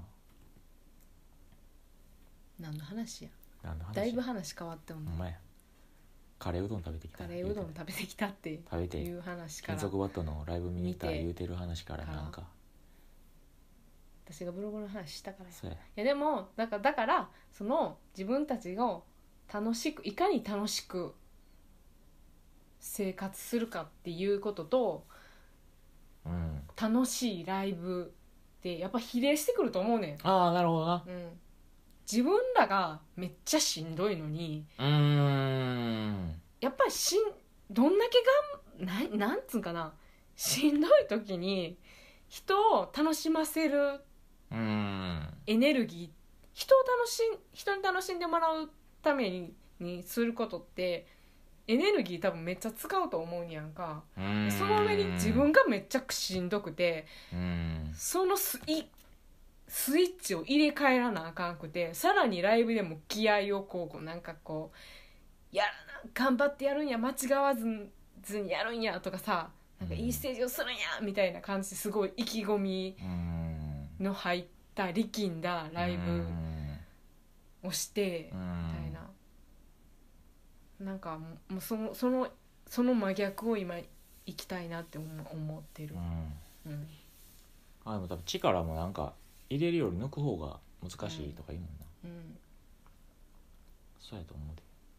何の話や、 あ何の話だいぶ話変わってもね、 ほんまやカレーうどん食べてきたカレーうどん食べてきたって食べていう話から金属バットのライブ見に行った見て言うてる話からなんか私がブログの話したからや。 そうやいやでもだからだからその自分たちが楽しくいかに楽しく生活するかっていうこととうん楽しいライブってやっぱ比例してくると思うねん、 ああなるほどなうん、自分らがめっちゃしんどいのにうーんやっぱりしんどんだけがんななんつうんかなしんどい時に人を楽しませるうーんエネルギー人を楽しん人に楽しんでもらうためににすることってエネルギー多分めっちゃ使うと思うんやんか。 うーんその上に自分がめっちゃしんどくてうーんそのスイスイッチを入れ替えらなあかんくてさらにライブでも気合をこうこうなんかこうやらな頑張ってやるんや間違わずにやるんやとかさなんかいいステージをするんやみたいな感じですごい意気込みうーんの入った力んだライブをしてうーみたいんななんかもうそのそのその真逆を今行きたいなって思思ってるう、んうん、 あでも多分力もなんか入れるより抜く方が難しいとか言うもんな、 うん、 そうやと思うで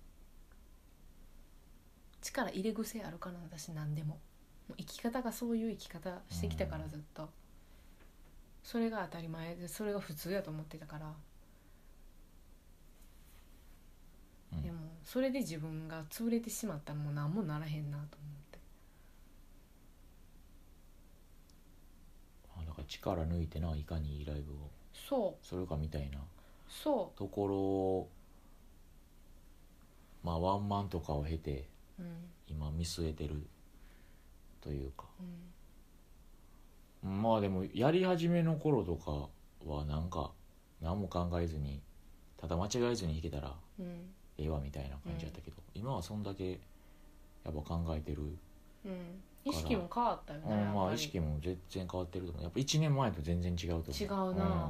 力入れ癖あるかな私何でももう生き方がそういう生き方してきたからずっと、それが当たり前でそれが普通やと思ってたから、 うんでもそれで自分が潰れてしまったらもう何もならへんなと思ってあだから力抜いてないかにいいライブをそうするかみたいなそところをまあワンマンとかを経てううん今見据えてるというかうんまあでもやり始めの頃とかはなんか何も考えずにただ間違えずに弾けたらうんええわみたいな感じだったけど、今はそんだけやっぱ考えてる、 うん意識も変わったよね、 うん、まやっぱりあ意識も全然変わってると思うやっぱいちねんまえと全然違うと思う違うな、 ん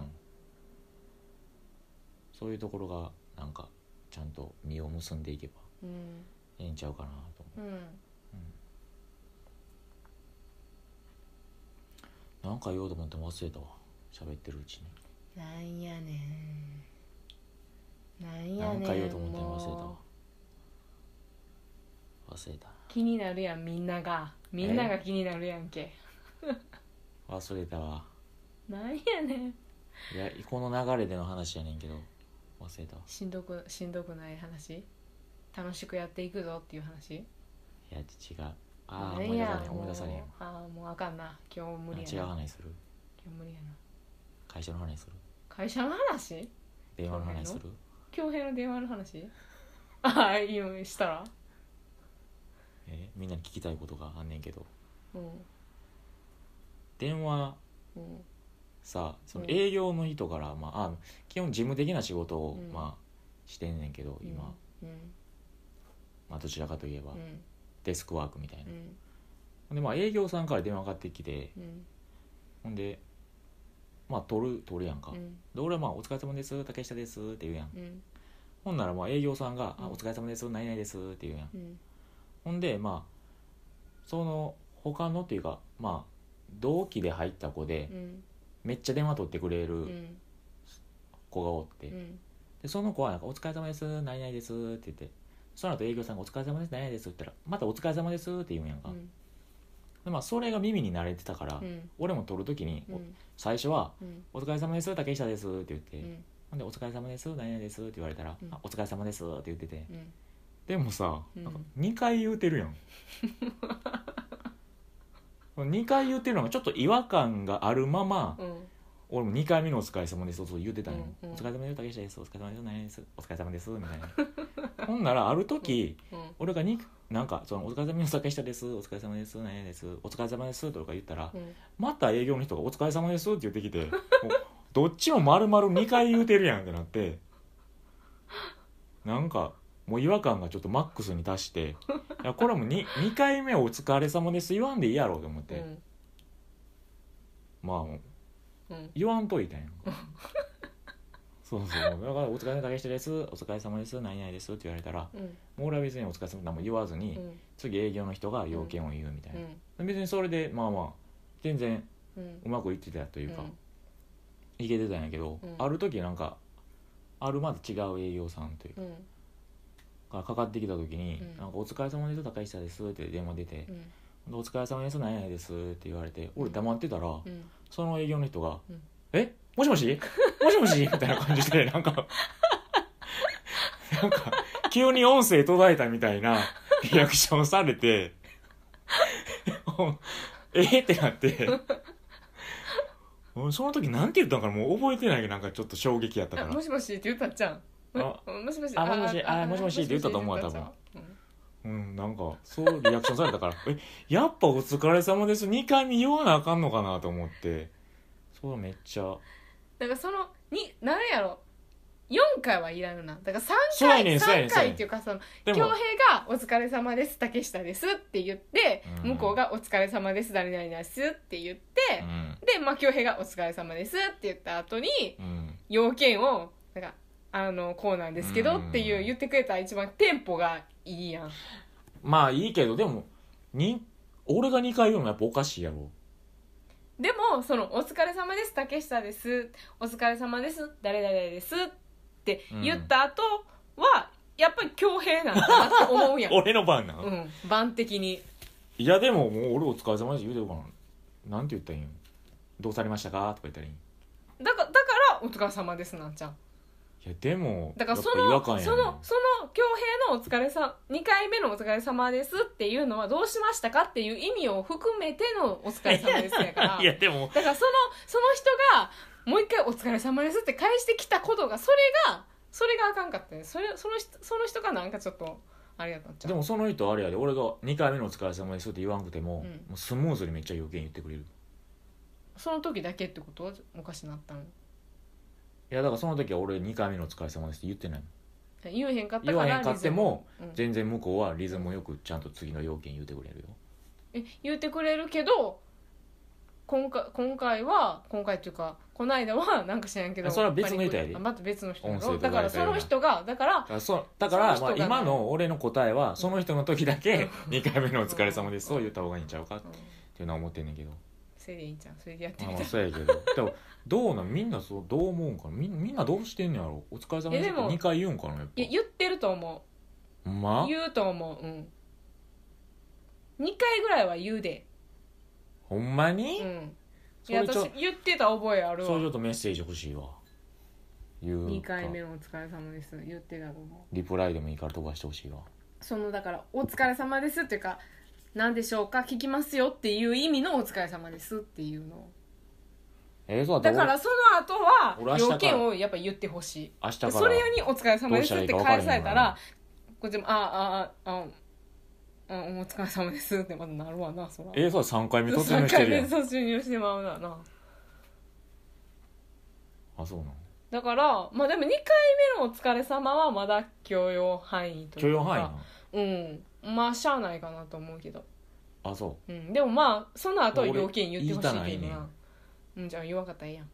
そういうところがなんかちゃんと実を結んでいけばうんええんちゃうかなと思う、 うんなんか言おうと思っても忘れたわ喋ってるうちになんやねんなんやねんなんか言おうと思っても忘れたわもう忘れた気になるやんみんながみんなが気になるやんけ忘れたわなんやねんいやこの流れでの話やねんけど忘れたわしんどくしんどくない話楽しくやっていくぞっていう話いや違うああなん思い出されへんや思い出されへんもうああもうあかんな今日無理違やなう話する今日無理やな会社の話する会社の話電話の話する恭平の電話の話ああいいよしたらえみんなに聞きたいことがあんねんけどうん電話うんさそのうん営業の人から、まあ、あ基本事務的な仕事を、 うんまあ、してんねんけど今、 うんまあ、どちらかといえば、 うんデスクワークみたいな、 うんでまあ営業さんから電話かかってきてうんほんでまあ取る取るやんか、 うんで俺はまあ「お疲れ様です竹下です」って言うやん、 うんほんならまあ営業さんが「 うんあお疲れ様です何々です」って言うやん、 うんほんでまあその他のっていうかまあ同期で入った子でうんめっちゃ電話取ってくれうるん子がおって、 うんでその子はなんか「お疲れ様です何々です」って言ってその後営業さんが「お疲れ様です何々です」って言ったらまた「お疲れ様です」って言うんやんか、 で、まあ、それが耳に慣れてたから、 うん俺も撮る時に、 うん最初はうん 「お疲れ様です竹下です」って言って、 うんほんで「お疲れ様です何々です」って言われたら「 うんあお疲れ様です」って言ってて、 うんでもさ、 うんなんかにかい言うてるやんにかい言うてるのがちょっと違和感があるまま、 うん俺もにかいめの「お疲れ様です」と言うてたんよ、 うんうんお疲れ様です竹下ですお疲れ様です何々ですお疲れ様ですみたいなほんならある時、 うん俺がになんかその「お疲れ様です竹下ですお疲れ様です何々ですお疲れ様です」とか言ったら、 うんまた営業の人が「お疲れ様です」って言ってきてもうどっちも丸々にかい言うてるやんってなってなんかもう違和感がちょっとマックスに達していやこれはもう 2, にかいめお疲れ様です言わんでいいやろうと思って、 うんまあもううん言わんといたんやんそうそうだから「お疲れ様竹下ですお疲れ様です何々です」って言われたらうんもう俺は別にお疲れ様何も言わずに、 うん次営業の人が要件を言うみたいな、 うん別にそれでまあまあ全然うんうまくいってたというか、 うんいけてたんやけど、 うんある時なんかあるまず違う営業さんというか、 うんがかかってきた時に「 うんなんかお疲れ様です竹下です」って電話出てうん 「お疲れ様です何々です」って言われて俺黙ってたら、 うんその営業の人がうん 「えもしもしもしもし?」みたいな感じでなんかなんか急に音声途絶えたみたいなリアクションされてえってなってその時なんて言ったのかなもう覚えてないけどなんかちょっと衝撃やったからあもしもしって言ったんじゃんあもしもしあもしもしあもしもしって言ったと思うわ多分うんなんかそうリアクションされたからえやっぱお疲れ様ですにかいめ言わなあかんのかなと思ってそうめっちゃだからそのに何やろよんかいはいらんよなだから3 そうや回3 ねんそうやねん回っていうかそのでも恭平が「お疲れ様です竹下です」って言ってうん向こうが「お疲れ様です誰々です」って言ってうんでまあ恭平が「お疲れ様です」って言った後にうん要件をなんかあのこうなんですけどっていううん言ってくれたら一番テンポがいいやんまあいいけどでもに俺がにかい言うのもやっぱおかしいやろでもその「お疲れ様です竹下です」「お疲れ様です誰々です」って言った後は、やっぱり恭平なんだなって思うやん俺の番な、 うん番的にいやでももう俺お疲れ様です言うてるかななんて言ったらいいんどうされましたかとか言ったらいいんだからだから「お疲れ様です」なんちゃういやでもだからそやっぱ違和の感やねそのその恭平のお疲れさにかいめのお疲れ様ですっていうのはどうしましたかっていう意味を含めてのお疲れ様ですやからいやでもだからそのその人がもう一回お疲れ様ですって返してきたことがそれがそれがあかんかったねそれその人その人がなんかちょっとあれやったんちゃうでもその人あれやで俺がにかいめのお疲れ様ですって言わんくても,、 うんもうスムーズにめっちゃ要件言ってくれるその時だけってことおかしなったのいやだからその時は俺にかいめのお疲れ様ですって言ってないもん言えへんかった言からわへんかっても、 リズムうん全然向こうはリズムよくちゃんと次の要件言うてくれるよえ言ってくれるけど今回今回は今回っていうかこの間はなんか知らんけどそれは別の人やであまた別の人や音声とろだからその人がだからだからそだからまあ、 その人がね今の俺の答えはその人の時だけにかいめのお疲れ様ですを言った方がいいんちゃうかってうんいうのは思ってんねんけどそれでいいんじゃんそれでやってまあみたまあそうやけどでもどうなんみんなそうどう思うんかなみんみんなどうしてんねやろお疲れ様ですってえでもにかい言うんかなやっぱいや言ってると思ほんまう言うと思ううんにかいぐらいは言うでほんまに、 うんいやそれちょ私言ってた覚えあるわそれちょっとメッセージ欲しいわ言うかにかいめのお疲れ様です言ってたと思うリプライでもいいから飛ばしてほしいわそのだからお疲れ様ですっていうか何でしょうか聞きますよっていう意味のお疲れ様ですっていうのをえー、そうだったらだからその後は俺明日から要件をやっぱ言ってほしい明日からそれにお疲れ様ですって返されたらこっちもあああああお疲れ様ですってまたなるわなそらえー、そうださんかいめ突入 3 してるやん回目突入してまうななあそうなのだからまあでもにかいめのお疲れ様はまだ許容範囲と許いうか容範囲なのうんまあしゃあないかなと思うけど、 あそうん、でもまあその後は要件言ってほしいけど俺言いたないねなうんじゃあ言わんかったらええや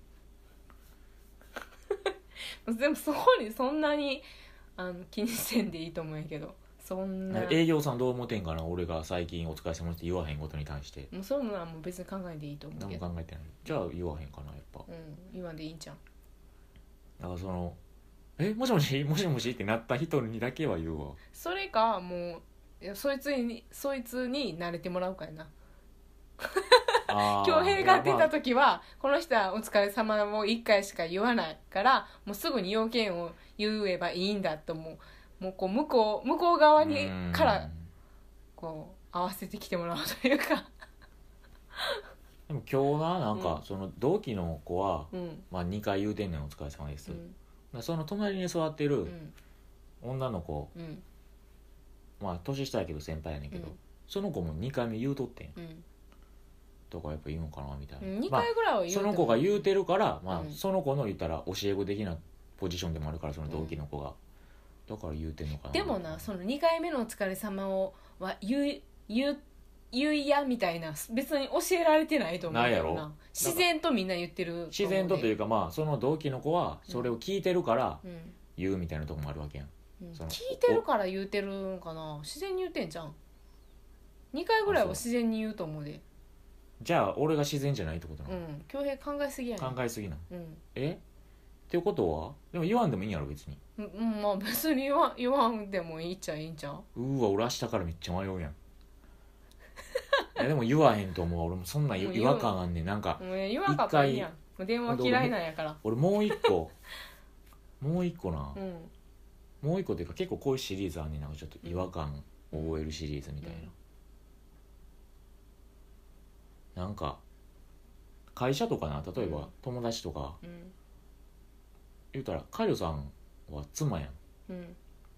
んでもそこにそんなにあの気にせんでいいと思うんやけどそんな営業さんどう思ってんかな俺が最近お疲れ様ですって言わへんことに対してもうそういうのはもう別に考えていいと思うけど何も考えてないじゃあ言わへんかなやっぱうん言わんでいいんじゃんだからそのえもしもしもしもしってなった人にだけは言うわそれかもういやそいつにそいつに慣れてもらうかやなあー恭平が出たいやまあ時はこの人はお疲れ様をいっかいしか言わないからもうすぐに要件を言えばいいんだともうもうこう向こう向こう側にうんからこう合わせてきてもらうというかでも今日ななんか、 うんその同期の子は、 うんまあ、にかい言うてんねんお疲れ様です、 うんだからその隣に座ってうるん女の子、 うんまあ年下やけど先輩やねんけど、 うんその子もにかいめ言うとってんうんとかやっぱ言うんかなみたいな、 にまあかいぐらいは言うてもその子が言うてるから、まあうんその子の言ったら教え子的なポジションでもあるからその同期の子が、だから言うてんのかな。 でもなそのにかいめのお疲れ様をは言う言う言うやみたいな別に教えられてないと思うないやろ自然とみんな言ってる自然とというか、 かまあその同期の子はそれを聞いてるからうん言うみたいなとこもあるわけやん、 うんその聞いてるから言うてるんかな自然に言うてんじゃんにかいぐらいは自然に言うと思うでじゃあ俺が自然じゃないってことなの、 うん恭平考えすぎやねん考えすぎなのうんえっていうことはでも言わんでもいいんやろ別に。 うん、まあ別に言わん言わんでもいいっちゃいいんちゃううーわ俺明日からめっちゃ迷うやんいやでも言わへんと思うわ俺もそんな違もう言う和感あんねんなんかもう言わんかったらいいやんもう電話嫌いなんやから俺もう一個もう一個な、 うんもう一個っていうか結構こういうシリーズあんねんなんかちょっと違和感を覚えるシリーズみたいな、なんか会社とかな例えば友達とかうん言うたらカリョさんは妻やんうん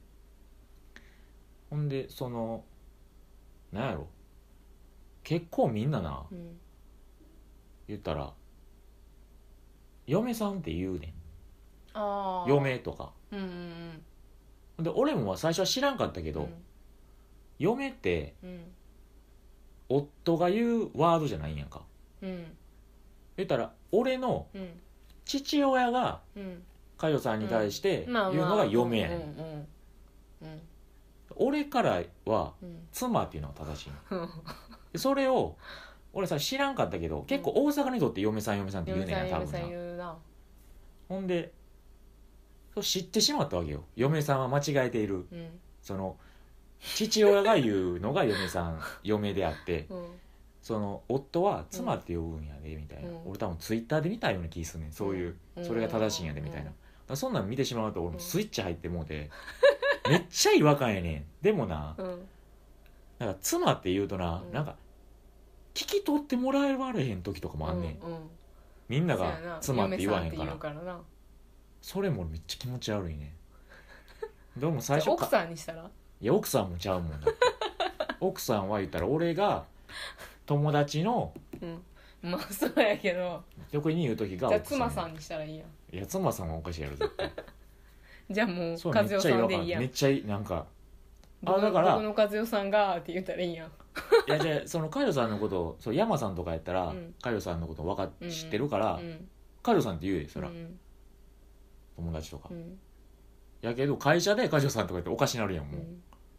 ほんでそのなんやろ結構みんななうん言ったら嫁さんって言うねんああ嫁とかうんうんで俺も最初は知らんかったけど、 うん嫁ってうん夫が言うワードじゃないんやんかうん言ったら俺のうん父親がうんカヨさんに対してまあまあ言うのが嫁やねん、 うんうんうん俺からはうん妻っていうのが正しいのうんでそれを俺さ知らんかったけど結構大阪の人って嫁さん嫁さんって言う嫁ねんな多分なさん嫁さん言うなほんでそう知ってしまったわけよ嫁さんは間違えているうんその父親が言うのが嫁さん嫁であってうんその夫は妻って呼ぶんやでみたいな、 うん俺多分ツイッターで見たような気すんねんそういう、 うんそれが正しいんやでみたいな、 うんだからそんなん見てしまうと俺もスイッチ入ってもうて、めっちゃ違和感やねんでもなうんなんか妻って言うとな、 うんなんか聞き取ってもらえられへん時とかもあんねん、 うんうんみんながそうやな妻って言わへん嫁さんってから言うからなそれもめっちゃ気持ち悪いねでも最じゃあ奥初かさんにしたらいや奥さんもちゃうもんだって奥さんは言ったら俺が友達のうんまあそうやけど横に言う時がじゃあ奥さん妻さんにしたらいいやんいや妻さんはおかしいやろ絶対じゃあもうそう和代めっちゃ違和さんでいいやん感めっちゃいいなんか僕のだから僕の和代さんがって言ったらいいやんいやじゃあそのカヨさんのことそう山さんとかやったら、 うんカヨさんのこと分かっうん知ってるから、 うんカヨさんって言うでそら、 うん友達とか、 うんやけど会社でカヨさんとか言っておかしなるやんもう、 うん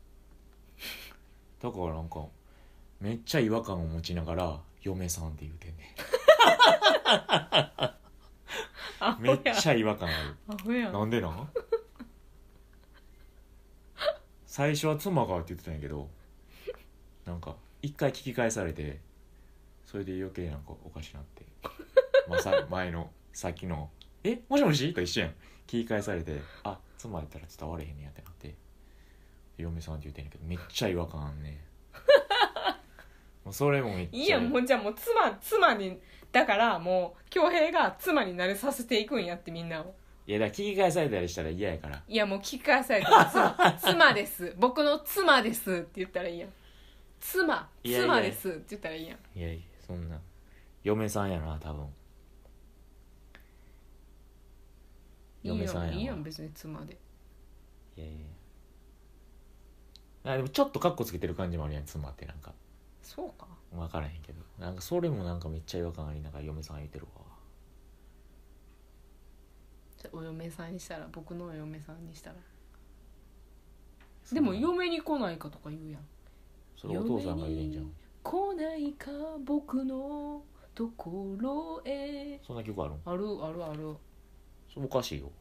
だからなんかめっちゃ違和感を持ちながら嫁さんって言うてんねアホめっやちゃ違和感あアホやるなんでなん最初は妻がって言ってたんやけどなんか一回聞き返されてそれで余計なんかおかしなってまあさ前のさっきの「えもしもし?」と一緒やん聞き返されてあ妻やったら伝われへんねやってなって嫁さんって言うてんねんけどめっちゃ違和感あんねもうそれもめっちゃいいやんもうじゃあもう妻妻にだからもう恭平が妻になれさせていくんやってみんなをいやだから聞き返されたりしたら嫌やからいやもう聞き返されて妻妻です僕の妻ですって言ったらいいやん妻いやいや妻ですって言ったらいいやんいやいやそんな嫁さんやな多分いいや嫁さんやわんいいやん別に妻でいやいやあでもちょっとカッコつけてる感じもあるやん妻ってなんかそうか分からへんけどなんかそれもなんかめっちゃ違和感ありながら嫁さん言うてるわじゃあお嫁さんにしたら僕のお嫁さんにしたらでも嫁に来ないかとか言うやんそれお父さんが言うてんじゃん来ないか僕のところへそんな曲あるんあるあるあるそれおかしいよ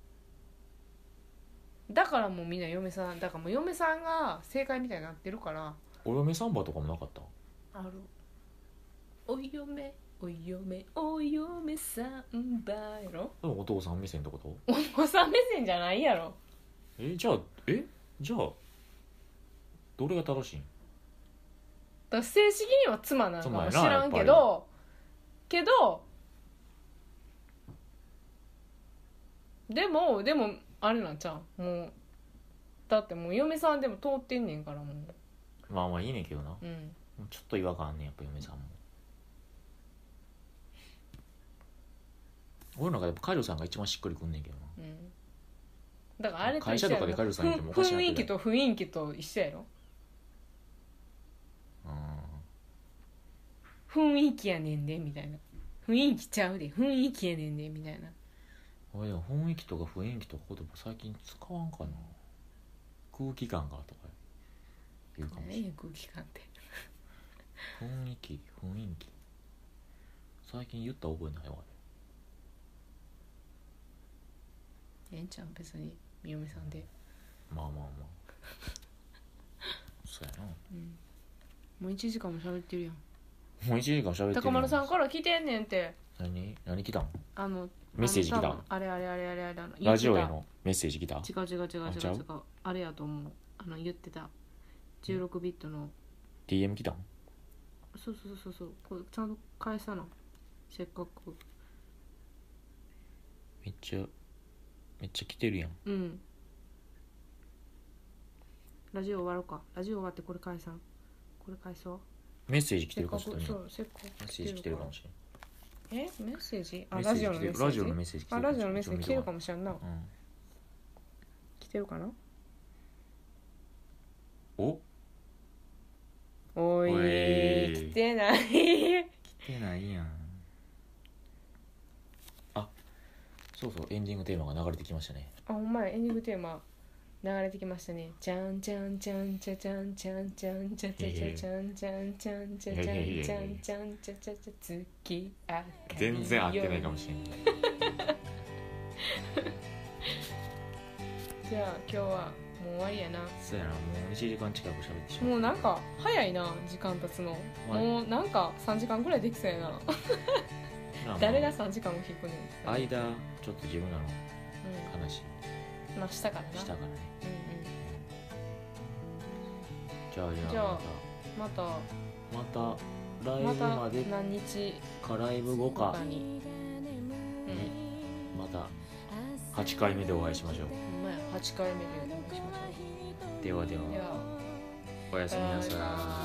だからもうみんな嫁さんだからもう嫁さんが正解みたいになってるからお嫁サンバとかもなかったあるお嫁お嫁お嫁さんばやろ。 でもお父さん目線ってこと？ お父さん目線じゃないやろ。 えじゃあえじゃあどれが正しいん？ だから正式には妻なのかも知らんけ妻やどけどでもでもあれなんちゃう、もうだってもう嫁さんでも通ってんねんからもう。 まあまあいいねんけどな、 うん、 ちょっと違和感あんねんやっぱ嫁さんも。俺の中でやっぱカイロさんが一番しっくりくんねんけどな、 うん、だからあれと会社とかでカイロさんいてもおかしいなって雰囲気と雰囲気と一緒やろ。雰囲気やねんでみたいな、雰囲気ちゃうで雰囲気やねんでみたいな。 俺でも雰囲気とか雰囲気とか言葉最近使わんかな。空気感がとか言うかもしれない。 何や空気感って雰囲気雰囲気最近言った覚えないわ。 ええんちゃん別にみよみさんで。 まあまあまあそうやな、 うん、もういちじかんも喋ってるやん。 もういちじかん喋ってるやん。 高丸さんから来てんねんって。 何何来たん？ あのメッセージ来た？ あれあれあれあれあれあのラジオへのメッセージ来た？ 違う違う違う違う違うあれやと思う。あの言ってたじゅうろくビットのディーエム 来たん？ そうそうそうそう、これちゃんと返さな、せっかく。 めっちゃめっちゃ来てるやん。 うん、ラジオ終わろうか。ラジオ終わってこれ返さん。これ返そう。 メッセージ来てるかもしれない。 そうせっかくメッセージ来てるかもしれない。 えメッセージ？あメッラジセージ来てる。 オのメッセージ。 ラジオのメッセージ来てる。 あラジオのメッセージ来てるかもしれんな。 うん、 来てるかな。 おおいー来てない来てないやん。あそうそうエンディングテーマが流れてきましたね。 あほんまやエンディングテーマ流れてきましたね。じゃんじゃんじゃんじゃじゃんじゃんじゃんじゃじゃじゃじゃんじゃんじゃんじゃじゃんじゃんじゃんじゃじゃじゃ月明かり全然合ってないかもしれないじゃあ今日はもう終わりやな。 そうやな、もういちじかん近く喋ってしまう。 もうなんか早いな時間経つの。もうなんかさんじかんぐらいできそうやな誰がさんじかんも聞くねん。 間ちょっと自分らの話、 うん、まあしたからな。 したからね。 うんうん、 じゃあじゃあまたまたライブまで何日かライブ後かに、うん、 またはちかいめでお会いしましょう。 ほんまやはちかいめでお会いしましょう。 ではでは、 ではおやすみなさい。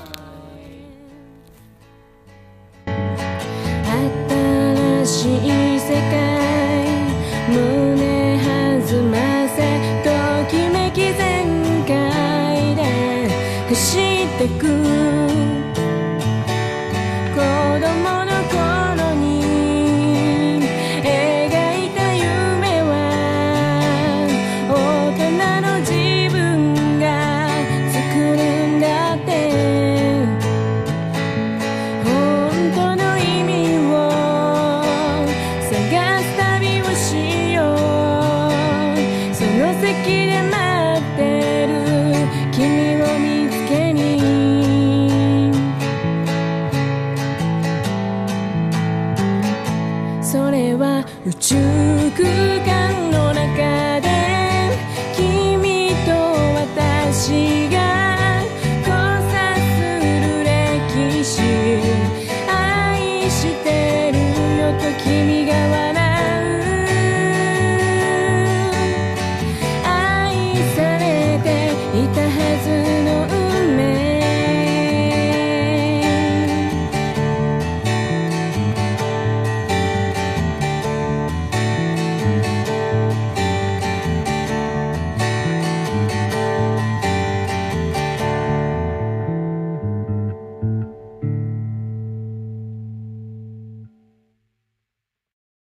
新しい世界胸弾ませときめき全開で走ってく子供の頃に描いた夢は大人の自分が作るんだって本当の意味を探す旅をしよう。その席で待ってる君を見つけにそれは宇宙空間